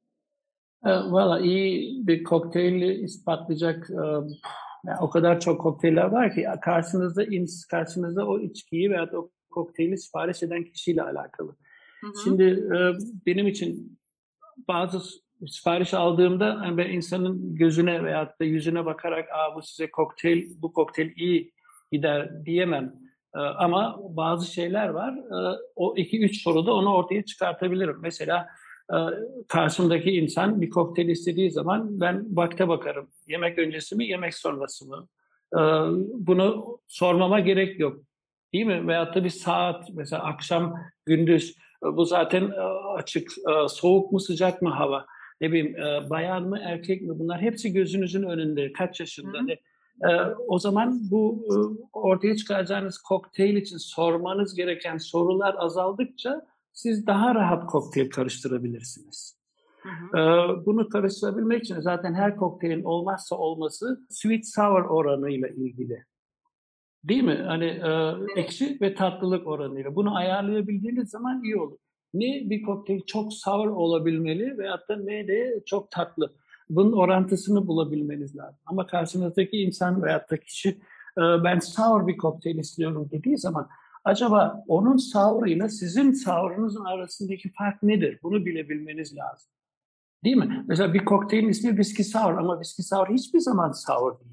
E, Valla iyi bir kokteyli ispatlayacak e, yani o kadar çok kokteyller var ki karşınızda karşınızda o içkiyi veya o kokteyli sipariş eden kişiyle alakalı. Hı hı. Şimdi e, benim için bazı sipariş aldığımda yani ben insanın gözüne veyahut da yüzüne bakarak Aa, bu size kokteyl, bu kokteyl iyi gider diyemem. E, ama bazı şeyler var. E, o iki üç soruda onu ortaya çıkartabilirim. Mesela e, karşımdaki insan bir kokteyl istediği zaman ben vakte bakarım. Yemek öncesi mi, yemek sonrası mı? E, bunu sormama gerek yok. Değil mi? Veyahut da bir saat, mesela akşam, gündüz. Bu zaten açık, soğuk mu sıcak mı hava? Ne bileyim, bayan mı erkek mi? Bunlar hepsi gözünüzün önünde. Kaç yaşında? Hı. Ne? O zaman bu ortaya çıkaracağınız kokteyl için sormanız gereken sorular azaldıkça siz daha rahat kokteyl karıştırabilirsiniz. Hı hı. Bunu karıştırabilmek için zaten her kokteylin olmazsa olması sweet sour oranıyla ilgili. Değil mi? Hani e, Evet. ekşi ve tatlılık oranıyla. Bunu ayarlayabildiğiniz zaman iyi olur. Ne bir kokteyl çok sour olabilmeli veyahut da ne de çok tatlı. Bunun orantısını bulabilmeniz lazım. Ama karşınızdaki insan veyahut da kişi e, ben sour bir kokteyl istiyorum dediği zaman acaba onun sour'ıyla sizin sour'unuzun arasındaki fark nedir? Bunu bilebilmeniz lazım. Değil mi? Mesela bir kokteylin ismi whiskey sour ama whiskey sour hiçbir zaman sour değil.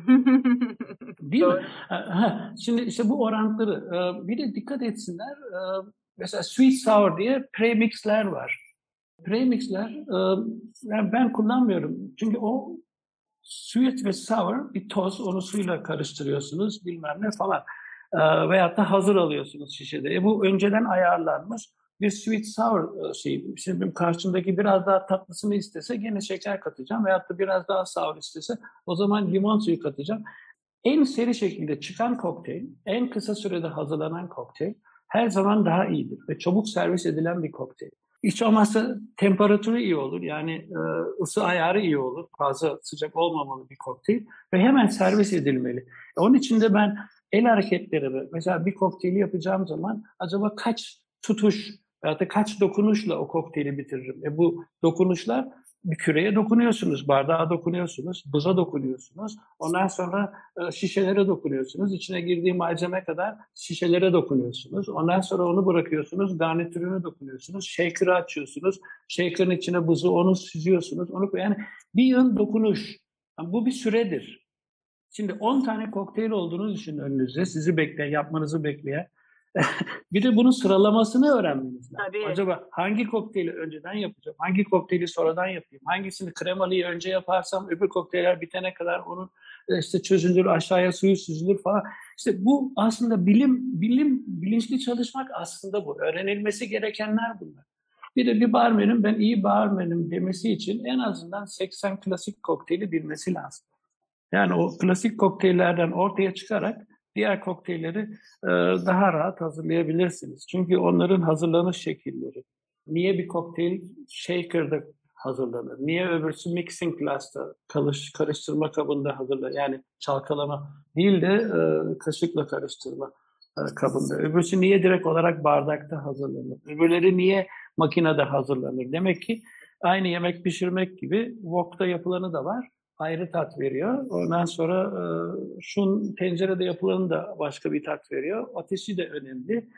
Değil mi? Ha, şimdi işte bu orantıları bir de dikkat etsinler. Mesela sweet sour diye premixler var. Premixler yani ben kullanmıyorum. Çünkü o sweet ve sour bir toz, onu suyla karıştırıyorsunuz bilmem ne falan. Veyahut da hazır alıyorsunuz şişede. E bu önceden ayarlanmış bir sweet sour şey. Şimdi benim karşımdaki biraz daha tatlısını istese gene şeker katacağım. Veyahut da biraz daha sour istese o zaman limon suyu katacağım. En seri şekilde çıkan kokteyl, en kısa sürede hazırlanan kokteyl her zaman daha iyidir ve çabuk servis edilen bir kokteyl. Hiç olmazsa temperatürü iyi olur, yani ısı ayarı iyi olur, fazla sıcak olmamalı bir kokteyl ve hemen servis edilmeli. Onun için de ben el hareketleri, mesela bir kokteyli yapacağım zaman acaba kaç tutuş veya da kaç dokunuşla o kokteyli bitiririm? E bu dokunuşlar, bir küreye dokunuyorsunuz, bardağa dokunuyorsunuz, buza dokunuyorsunuz. Ondan sonra şişelere dokunuyorsunuz. İçine girdiği malzeme kadar şişelere dokunuyorsunuz. Ondan sonra onu bırakıyorsunuz, garnitürüne dokunuyorsunuz. Shaker'ı açıyorsunuz. Shaker'ın içine buzu, onu süzüyorsunuz. Onu, yani bir yığın dokunuş. Yani bu bir süredir. Şimdi on tane kokteyl olduğunu düşünün önünüzde. Sizi bekleyen, yapmanızı bekleyen. Bir de bunun sıralamasını öğrenmeniz lazım. Tabii. Acaba hangi kokteyli önceden yapacağım? Hangi kokteyli sonradan yapayım? Hangisini kremalıyı önce yaparsam öbür kokteyller bitene kadar onun işte çözülür, aşağıya suyu süzülür falan. İşte bu aslında bilim, bilim, bilinçli çalışmak aslında bu. Öğrenilmesi gerekenler bunlar. Bir de bir barmenin ben iyi barmenim demesi için en azından seksen klasik kokteyli bilmesi lazım. Yani o klasik kokteyllerden ortaya çıkarak diğer kokteylleri e, daha rahat hazırlayabilirsiniz. Çünkü onların hazırlanış şekilleri. Niye bir kokteyl shaker'da hazırlanır? Niye öbürsü mixing glass'ta, karıştırma kabında hazırlanır? Yani çalkalama değil de e, kaşıkla karıştırma e, kabında. Öbürsü niye direkt olarak bardakta hazırlanır? Öbürleri niye makinede hazırlanır? Demek ki aynı yemek pişirmek gibi wok'ta yapılanı da var. Ayrı tat veriyor. Ondan sonra e, şun tencerede yapılanı da başka bir tat veriyor. Ateşi de önemli.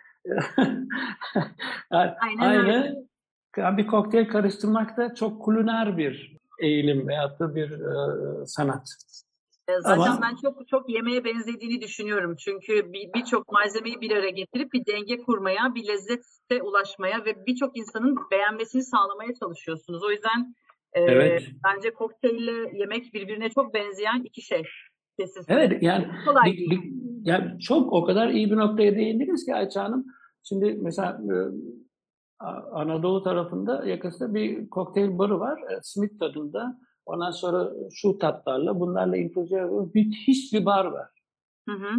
Yani Aynen aynı öyle. Yani bir kokteyl karıştırmak da çok kuliner bir eğilim veyahut da bir e, sanat. Zaten Ama ben çok çok yemeğe benzediğini düşünüyorum. Çünkü birçok bir malzemeyi bir araya getirip bir denge kurmaya, bir lezzete ulaşmaya ve birçok insanın beğenmesini sağlamaya çalışıyorsunuz. O yüzden e, evet. bence kokteylle yemek birbirine çok benzeyen iki şey. Kesin. Evet, yani, kolay bir, değil. bir, yani çok o kadar iyi bir noktaya değindiniz ki Ayça Hanım. Şimdi mesela e, Anadolu tarafında yakasında bir kokteyl barı var. E, Smith tadında. Ondan sonra şu tatlarla, bunlarla infuze yapıyor. Müthiş bir bar var. Hı hı.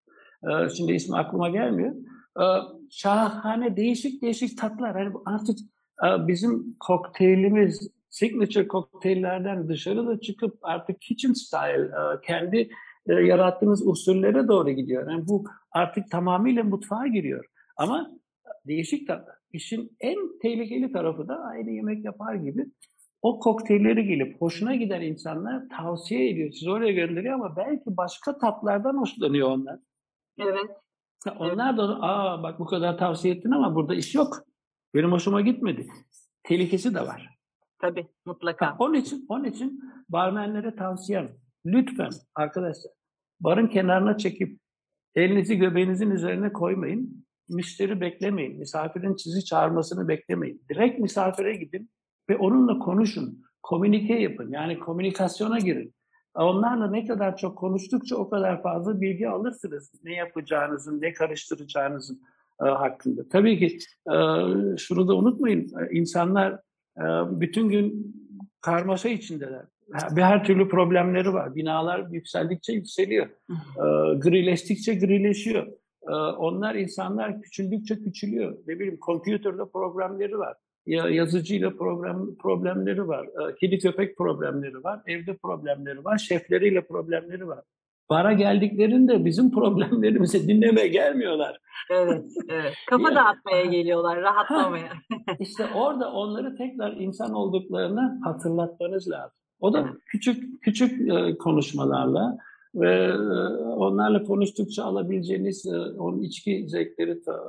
E, şimdi ismi aklıma gelmiyor. E, şahane, değişik değişik tatlar. Yani artık e, bizim kokteylimiz, signature kokteyllerden dışarı da çıkıp artık kitchen style, e, kendi e, yarattığımız usullere doğru gidiyor. Yani bu artık tamamıyla mutfağa giriyor. Ama değişik tatlar. İşin en tehlikeli tarafı da aynı yemek yapar gibi o kokteylleri gelip hoşuna giden insanlar tavsiye ediyor. Sizi oraya gönderiyor ama belki başka tatlardan hoşlanıyor onlar. Evet. Onlar evet. da aa bak bu kadar tavsiye ettin ama burada iş yok. Benim hoşuma gitmedi. Tehlikesi de var. Tabii mutlaka. Ha, onun için onun için barmenlere tavsiyem lütfen arkadaşlar barın kenarına çekip elinizi göbeğinizin üzerine koymayın. Müşteri beklemeyin. Misafirin sizi çağırmasını beklemeyin. Direkt misafire gidin ve onunla konuşun. Komünike yapın. Yani komünikasyona girin. Onlarla ne kadar çok konuştukça o kadar fazla bilgi alırsınız. Ne yapacağınızın, ne karıştıracağınızın e, hakkında. Tabii ki e, şunu da unutmayın. İnsanlar e, bütün gün karmaşa içindeler. Her, her türlü problemleri var. Binalar yükseldikçe yükseliyor. E, grileştikçe grileşiyor. E, onlar insanlar küçüldükçe küçülüyor. Ne bileyim kompüterde problemleri var. Ya, yazıcıyla problem, problemleri var. E, kedi köpek problemleri var. Evde problemleri var. Şefleriyle problemleri var. Bara geldiklerinde bizim problemlerimizi dinlemeye gelmiyorlar. Evet, evet. Kafa Ya, dağıtmaya geliyorlar, rahatlamaya. İşte orada onları tekrar insan olduklarını hatırlatmanız lazım. O da küçük küçük e, konuşmalarla ve e, onlarla konuştukça alabileceğiniz e, onun içki zevkleri ta,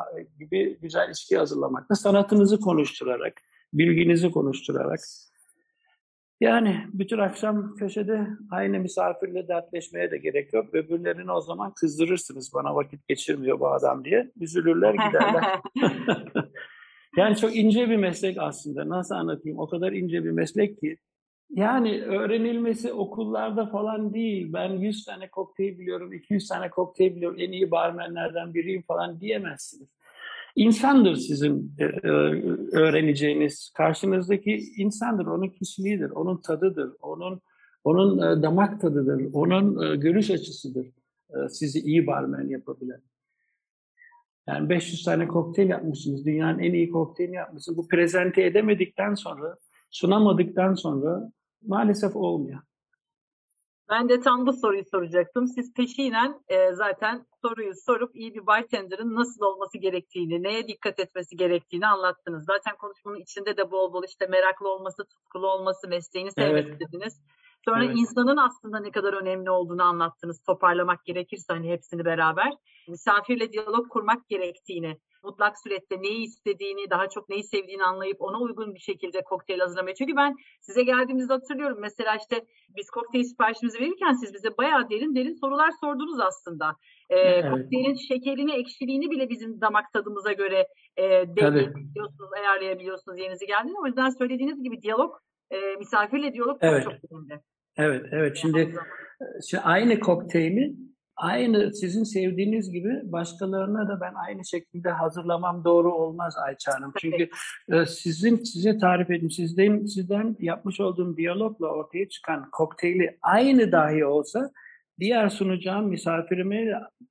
gibi güzel içki hazırlamakla, sanatınızı konuşturarak, bilginizi konuşturarak. Yani bütün akşam köşede aynı misafirle dertleşmeye de gerek yok. Öbürlerini o zaman kızdırırsınız. Bana vakit geçirmiyor bu adam diye. Üzülürler giderler. Yani çok ince bir meslek aslında. Nasıl anlatayım? O kadar ince bir meslek ki. Yani öğrenilmesi okullarda falan değil. Ben yüz tane kokteyl biliyorum, iki yüz tane kokteyl biliyorum, en iyi barmenlerden biriyim falan diyemezsiniz. İnsandır sizin e, e, öğreneceğiniz. Karşınızdaki insandır, onun kişiliğidir, onun tadıdır, onun onun e, damak tadıdır, onun e, görüş açısıdır e, sizi iyi barmen yapabilen. Yani beş yüz tane kokteyl yapmışsınız, dünyanın en iyi kokteylini yapmışsınız. Bu prezente edemedikten sonra, sunamadıktan sonra maalesef olmuyor. Ben de tam bu soruyu soracaktım. Siz peşinen e, zaten soruyu sorup iyi bir bartender'ın nasıl olması gerektiğini, neye dikkat etmesi gerektiğini anlattınız. Zaten konuşmanın içinde de bol bol işte meraklı olması, tutkulu olması, mesleğini sevmesi Evet. dediniz. Sonra Evet. insanın aslında ne kadar önemli olduğunu anlattınız. Toparlamak gerekirse hani hepsini beraber. Misafirle diyalog kurmak gerektiğini, mutlak surette neyi istediğini, daha çok neyi sevdiğini anlayıp ona uygun bir şekilde kokteyl hazırlamaya. Çünkü ben size geldiğimizde hatırlıyorum. Mesela işte biz kokteyl siparişimizi verirken siz bize bayağı derin derin sorular sordunuz aslında. Ee, Evet. Kokteylin şekerini, ekşiliğini bile bizim damak tadımıza göre e, dengeleyebiliyorsunuz, ayarlayabiliyorsunuz yerinizi geldiğinde. O yüzden söylediğiniz gibi diyalog, e, misafirle diyalog çok Evet. çok önemli. Evet, evet. Şimdi, şimdi aynı kokteyli aynı sizin sevdiğiniz gibi başkalarına da ben aynı şekilde hazırlamam doğru olmaz Ayça Hanım. Çünkü e, sizin size tarif edin, sizden sizden yapmış olduğum diyalogla ortaya çıkan kokteyli aynı dahi olsa diğer sunacağım misafirime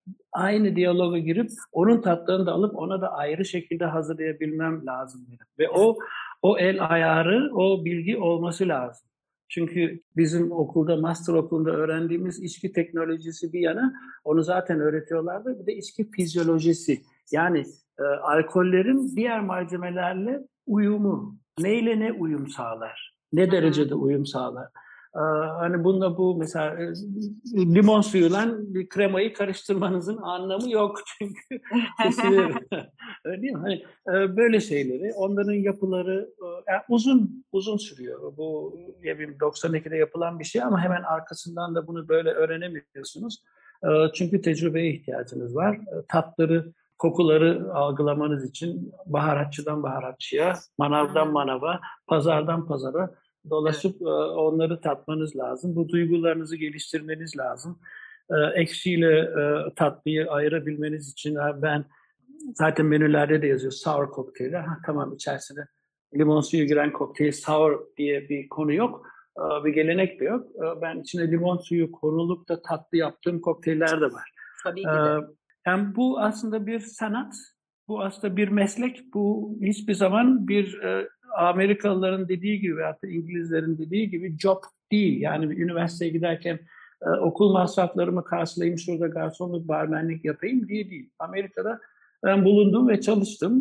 aynı diyaloga girip onun tatlarını da alıp ona da ayrı şekilde hazırlayabilmem lazım benim. Ve o o el ayarı, o bilgi olması lazım. Çünkü bizim okulda, master okulunda öğrendiğimiz içki teknolojisi bir yana, onu zaten öğretiyorlardı. Bir de içki fizyolojisi. Yani e, alkollerin diğer malzemelerle uyumu. Neyle ne uyum sağlar? Ne derecede uyum sağlar? Ee, hani bunda bu mesela e, limon suyuyla bir kremayı karıştırmanızın anlamı yok çünkü kesilir. Öyle değil mi? Hani, e, böyle şeyleri, onların yapıları e, yani uzun uzun sürüyor. Bu ya doksan ikide yapılan bir şey ama hemen arkasından da bunu böyle öğrenemiyorsunuz. E, çünkü tecrübeye ihtiyacınız var. E, tatları, kokuları algılamanız için baharatçıdan baharatçıya, manavdan manava, pazardan pazara dolaşıp evet. onları tatmanız lazım. Bu duygularınızı geliştirmeniz lazım. Ekşiyle tatlıyı ayırabilmeniz için ben zaten menülerde de yazıyor sour kokteyli. Ha, tamam, içerisine limon suyu giren kokteyl sour diye bir konu yok. Bir gelenek de yok. Ben içine limon suyu konulup da tatlı yaptığım kokteyller de var. Tabii ki de. Yani bu aslında bir sanat, bu aslında bir meslek. Bu hiçbir zaman bir Amerikalıların dediği gibi veyahut da İngilizlerin dediği gibi job değil. Yani bir üniversiteye giderken okul masraflarımı karşılayayım, şurada garsonluk, barmenlik yapayım diye değil. Amerika'da ben bulundum ve çalıştım.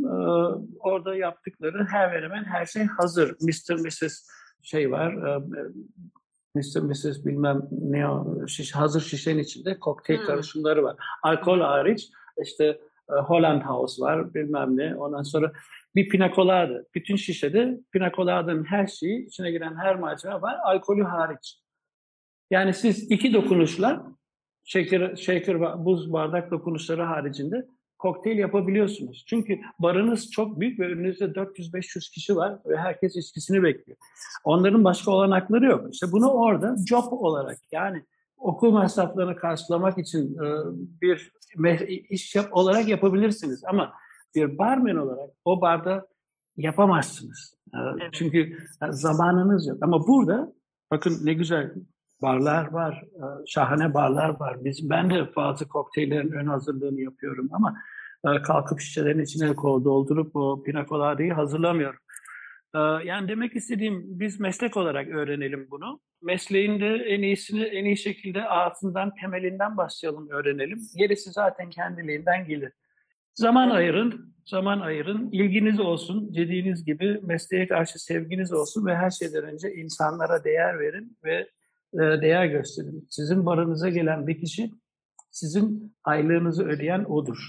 Orada yaptıkları her hemen her şey hazır. mister missus şey var, mister missus bilmem ne o, şiş, hazır şişenin içinde kokteyl hmm. karışımları var. Alkol hariç işte Holland House var, bilmem ne. Ondan sonra bir pina colada. Bütün şişede pina coladanın her şeyi, içine giren her malzeme var, alkolü hariç. Yani siz iki dokunuşla shaker, shaker buz bardak dokunuşları haricinde kokteyl yapabiliyorsunuz. Çünkü barınız çok büyük ve önünüzde dört yüz beş yüz kişi var ve herkes içkisini bekliyor. Onların başka olanakları yok. İşte bunu orada job olarak, yani okul masraflarını karşılamak için bir iş yap olarak yapabilirsiniz. Ama bir barmen olarak o barda yapamazsınız. Evet. Çünkü zamanınız yok. Ama burada bakın ne güzel barlar var, şahane barlar var. Biz, ben de bazı kokteyllerin ön hazırlığını yapıyorum ama kalkıp şişelerin içine doldurup o pina colada'yı hazırlamıyorum. Yani demek istediğim, biz meslek olarak öğrenelim bunu. Mesleğin de en iyisini, en iyi şekilde ağzından, temelinden başlayalım, öğrenelim. Gerisi zaten kendiliğinden gelir. Zaman ayırın, zaman ayırın, ilginiz olsun, dediğiniz gibi mesleğe karşı sevginiz olsun ve her şeyden önce insanlara değer verin ve değer gösterin. Sizin barınıza gelen bir kişi, sizin aylığınızı ödeyen odur.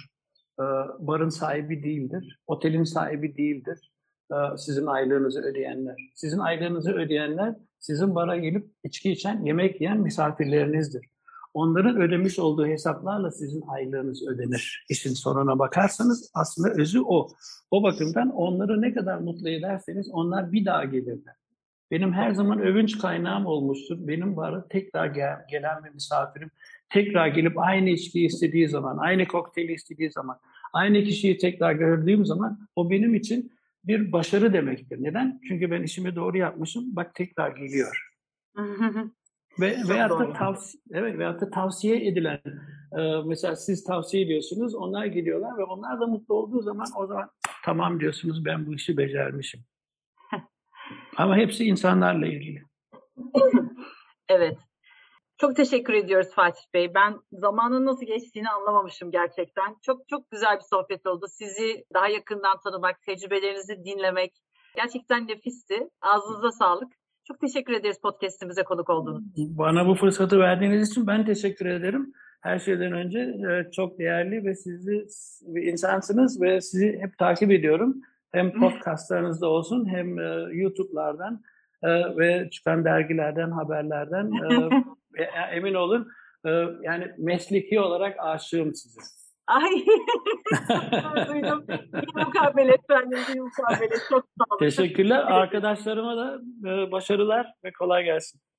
Barın sahibi değildir, otelin sahibi değildir. Sizin aylığınızı ödeyenler. Sizin aylığınızı ödeyenler, sizin bara gelip içki içen, yemek yiyen misafirlerinizdir. Onların ödemiş olduğu hesaplarla sizin aylığınız ödenir. İşin sonuna bakarsanız aslında özü o. O bakımdan onları ne kadar mutlu ederseniz onlar bir daha gelirler. Benim her zaman övünç kaynağım olmuştur. Benim bara tekrar gel, gelen bir misafirim tekrar gelip aynı içkiyi istediği zaman, aynı kokteyli istediği zaman, aynı kişiyi tekrar gördüğüm zaman o benim için bir başarı demektir. Neden? Çünkü ben işimi doğru yapmışım. Bak tekrar geliyor. Ve veyahut da tavsiye, evet, veyahut da tavsiye edilen, e, mesela siz tavsiye ediyorsunuz, onlar geliyorlar ve onlar da mutlu olduğu zaman o zaman tamam diyorsunuz, ben bu işi becermişim. Ama hepsi insanlarla ilgili. Evet. Çok teşekkür ediyoruz Fatih Bey. Ben zamanın nasıl geçtiğini anlamamışım gerçekten. Çok çok güzel bir sohbet oldu. Sizi daha yakından tanımak, tecrübelerinizi dinlemek gerçekten nefisti. Ağzınıza sağlık. Çok teşekkür ederiz podcast'imize konuk olduğunuz için. Bana bu fırsatı verdiğiniz için ben teşekkür ederim. Her şeyden önce çok değerli ve sizi bir insansınız ve sizi hep takip ediyorum. Hem podcastlarınızda olsun hem YouTube'lardan ve çıkan dergilerden, haberlerden emin olun. Yani mesleki olarak aşığım size. Ay, duydum. Bir mukabele efendim, bir mukabele. Çok sağ olun. Teşekkürler. Arkadaşlarıma da başarılar ve kolay gelsin.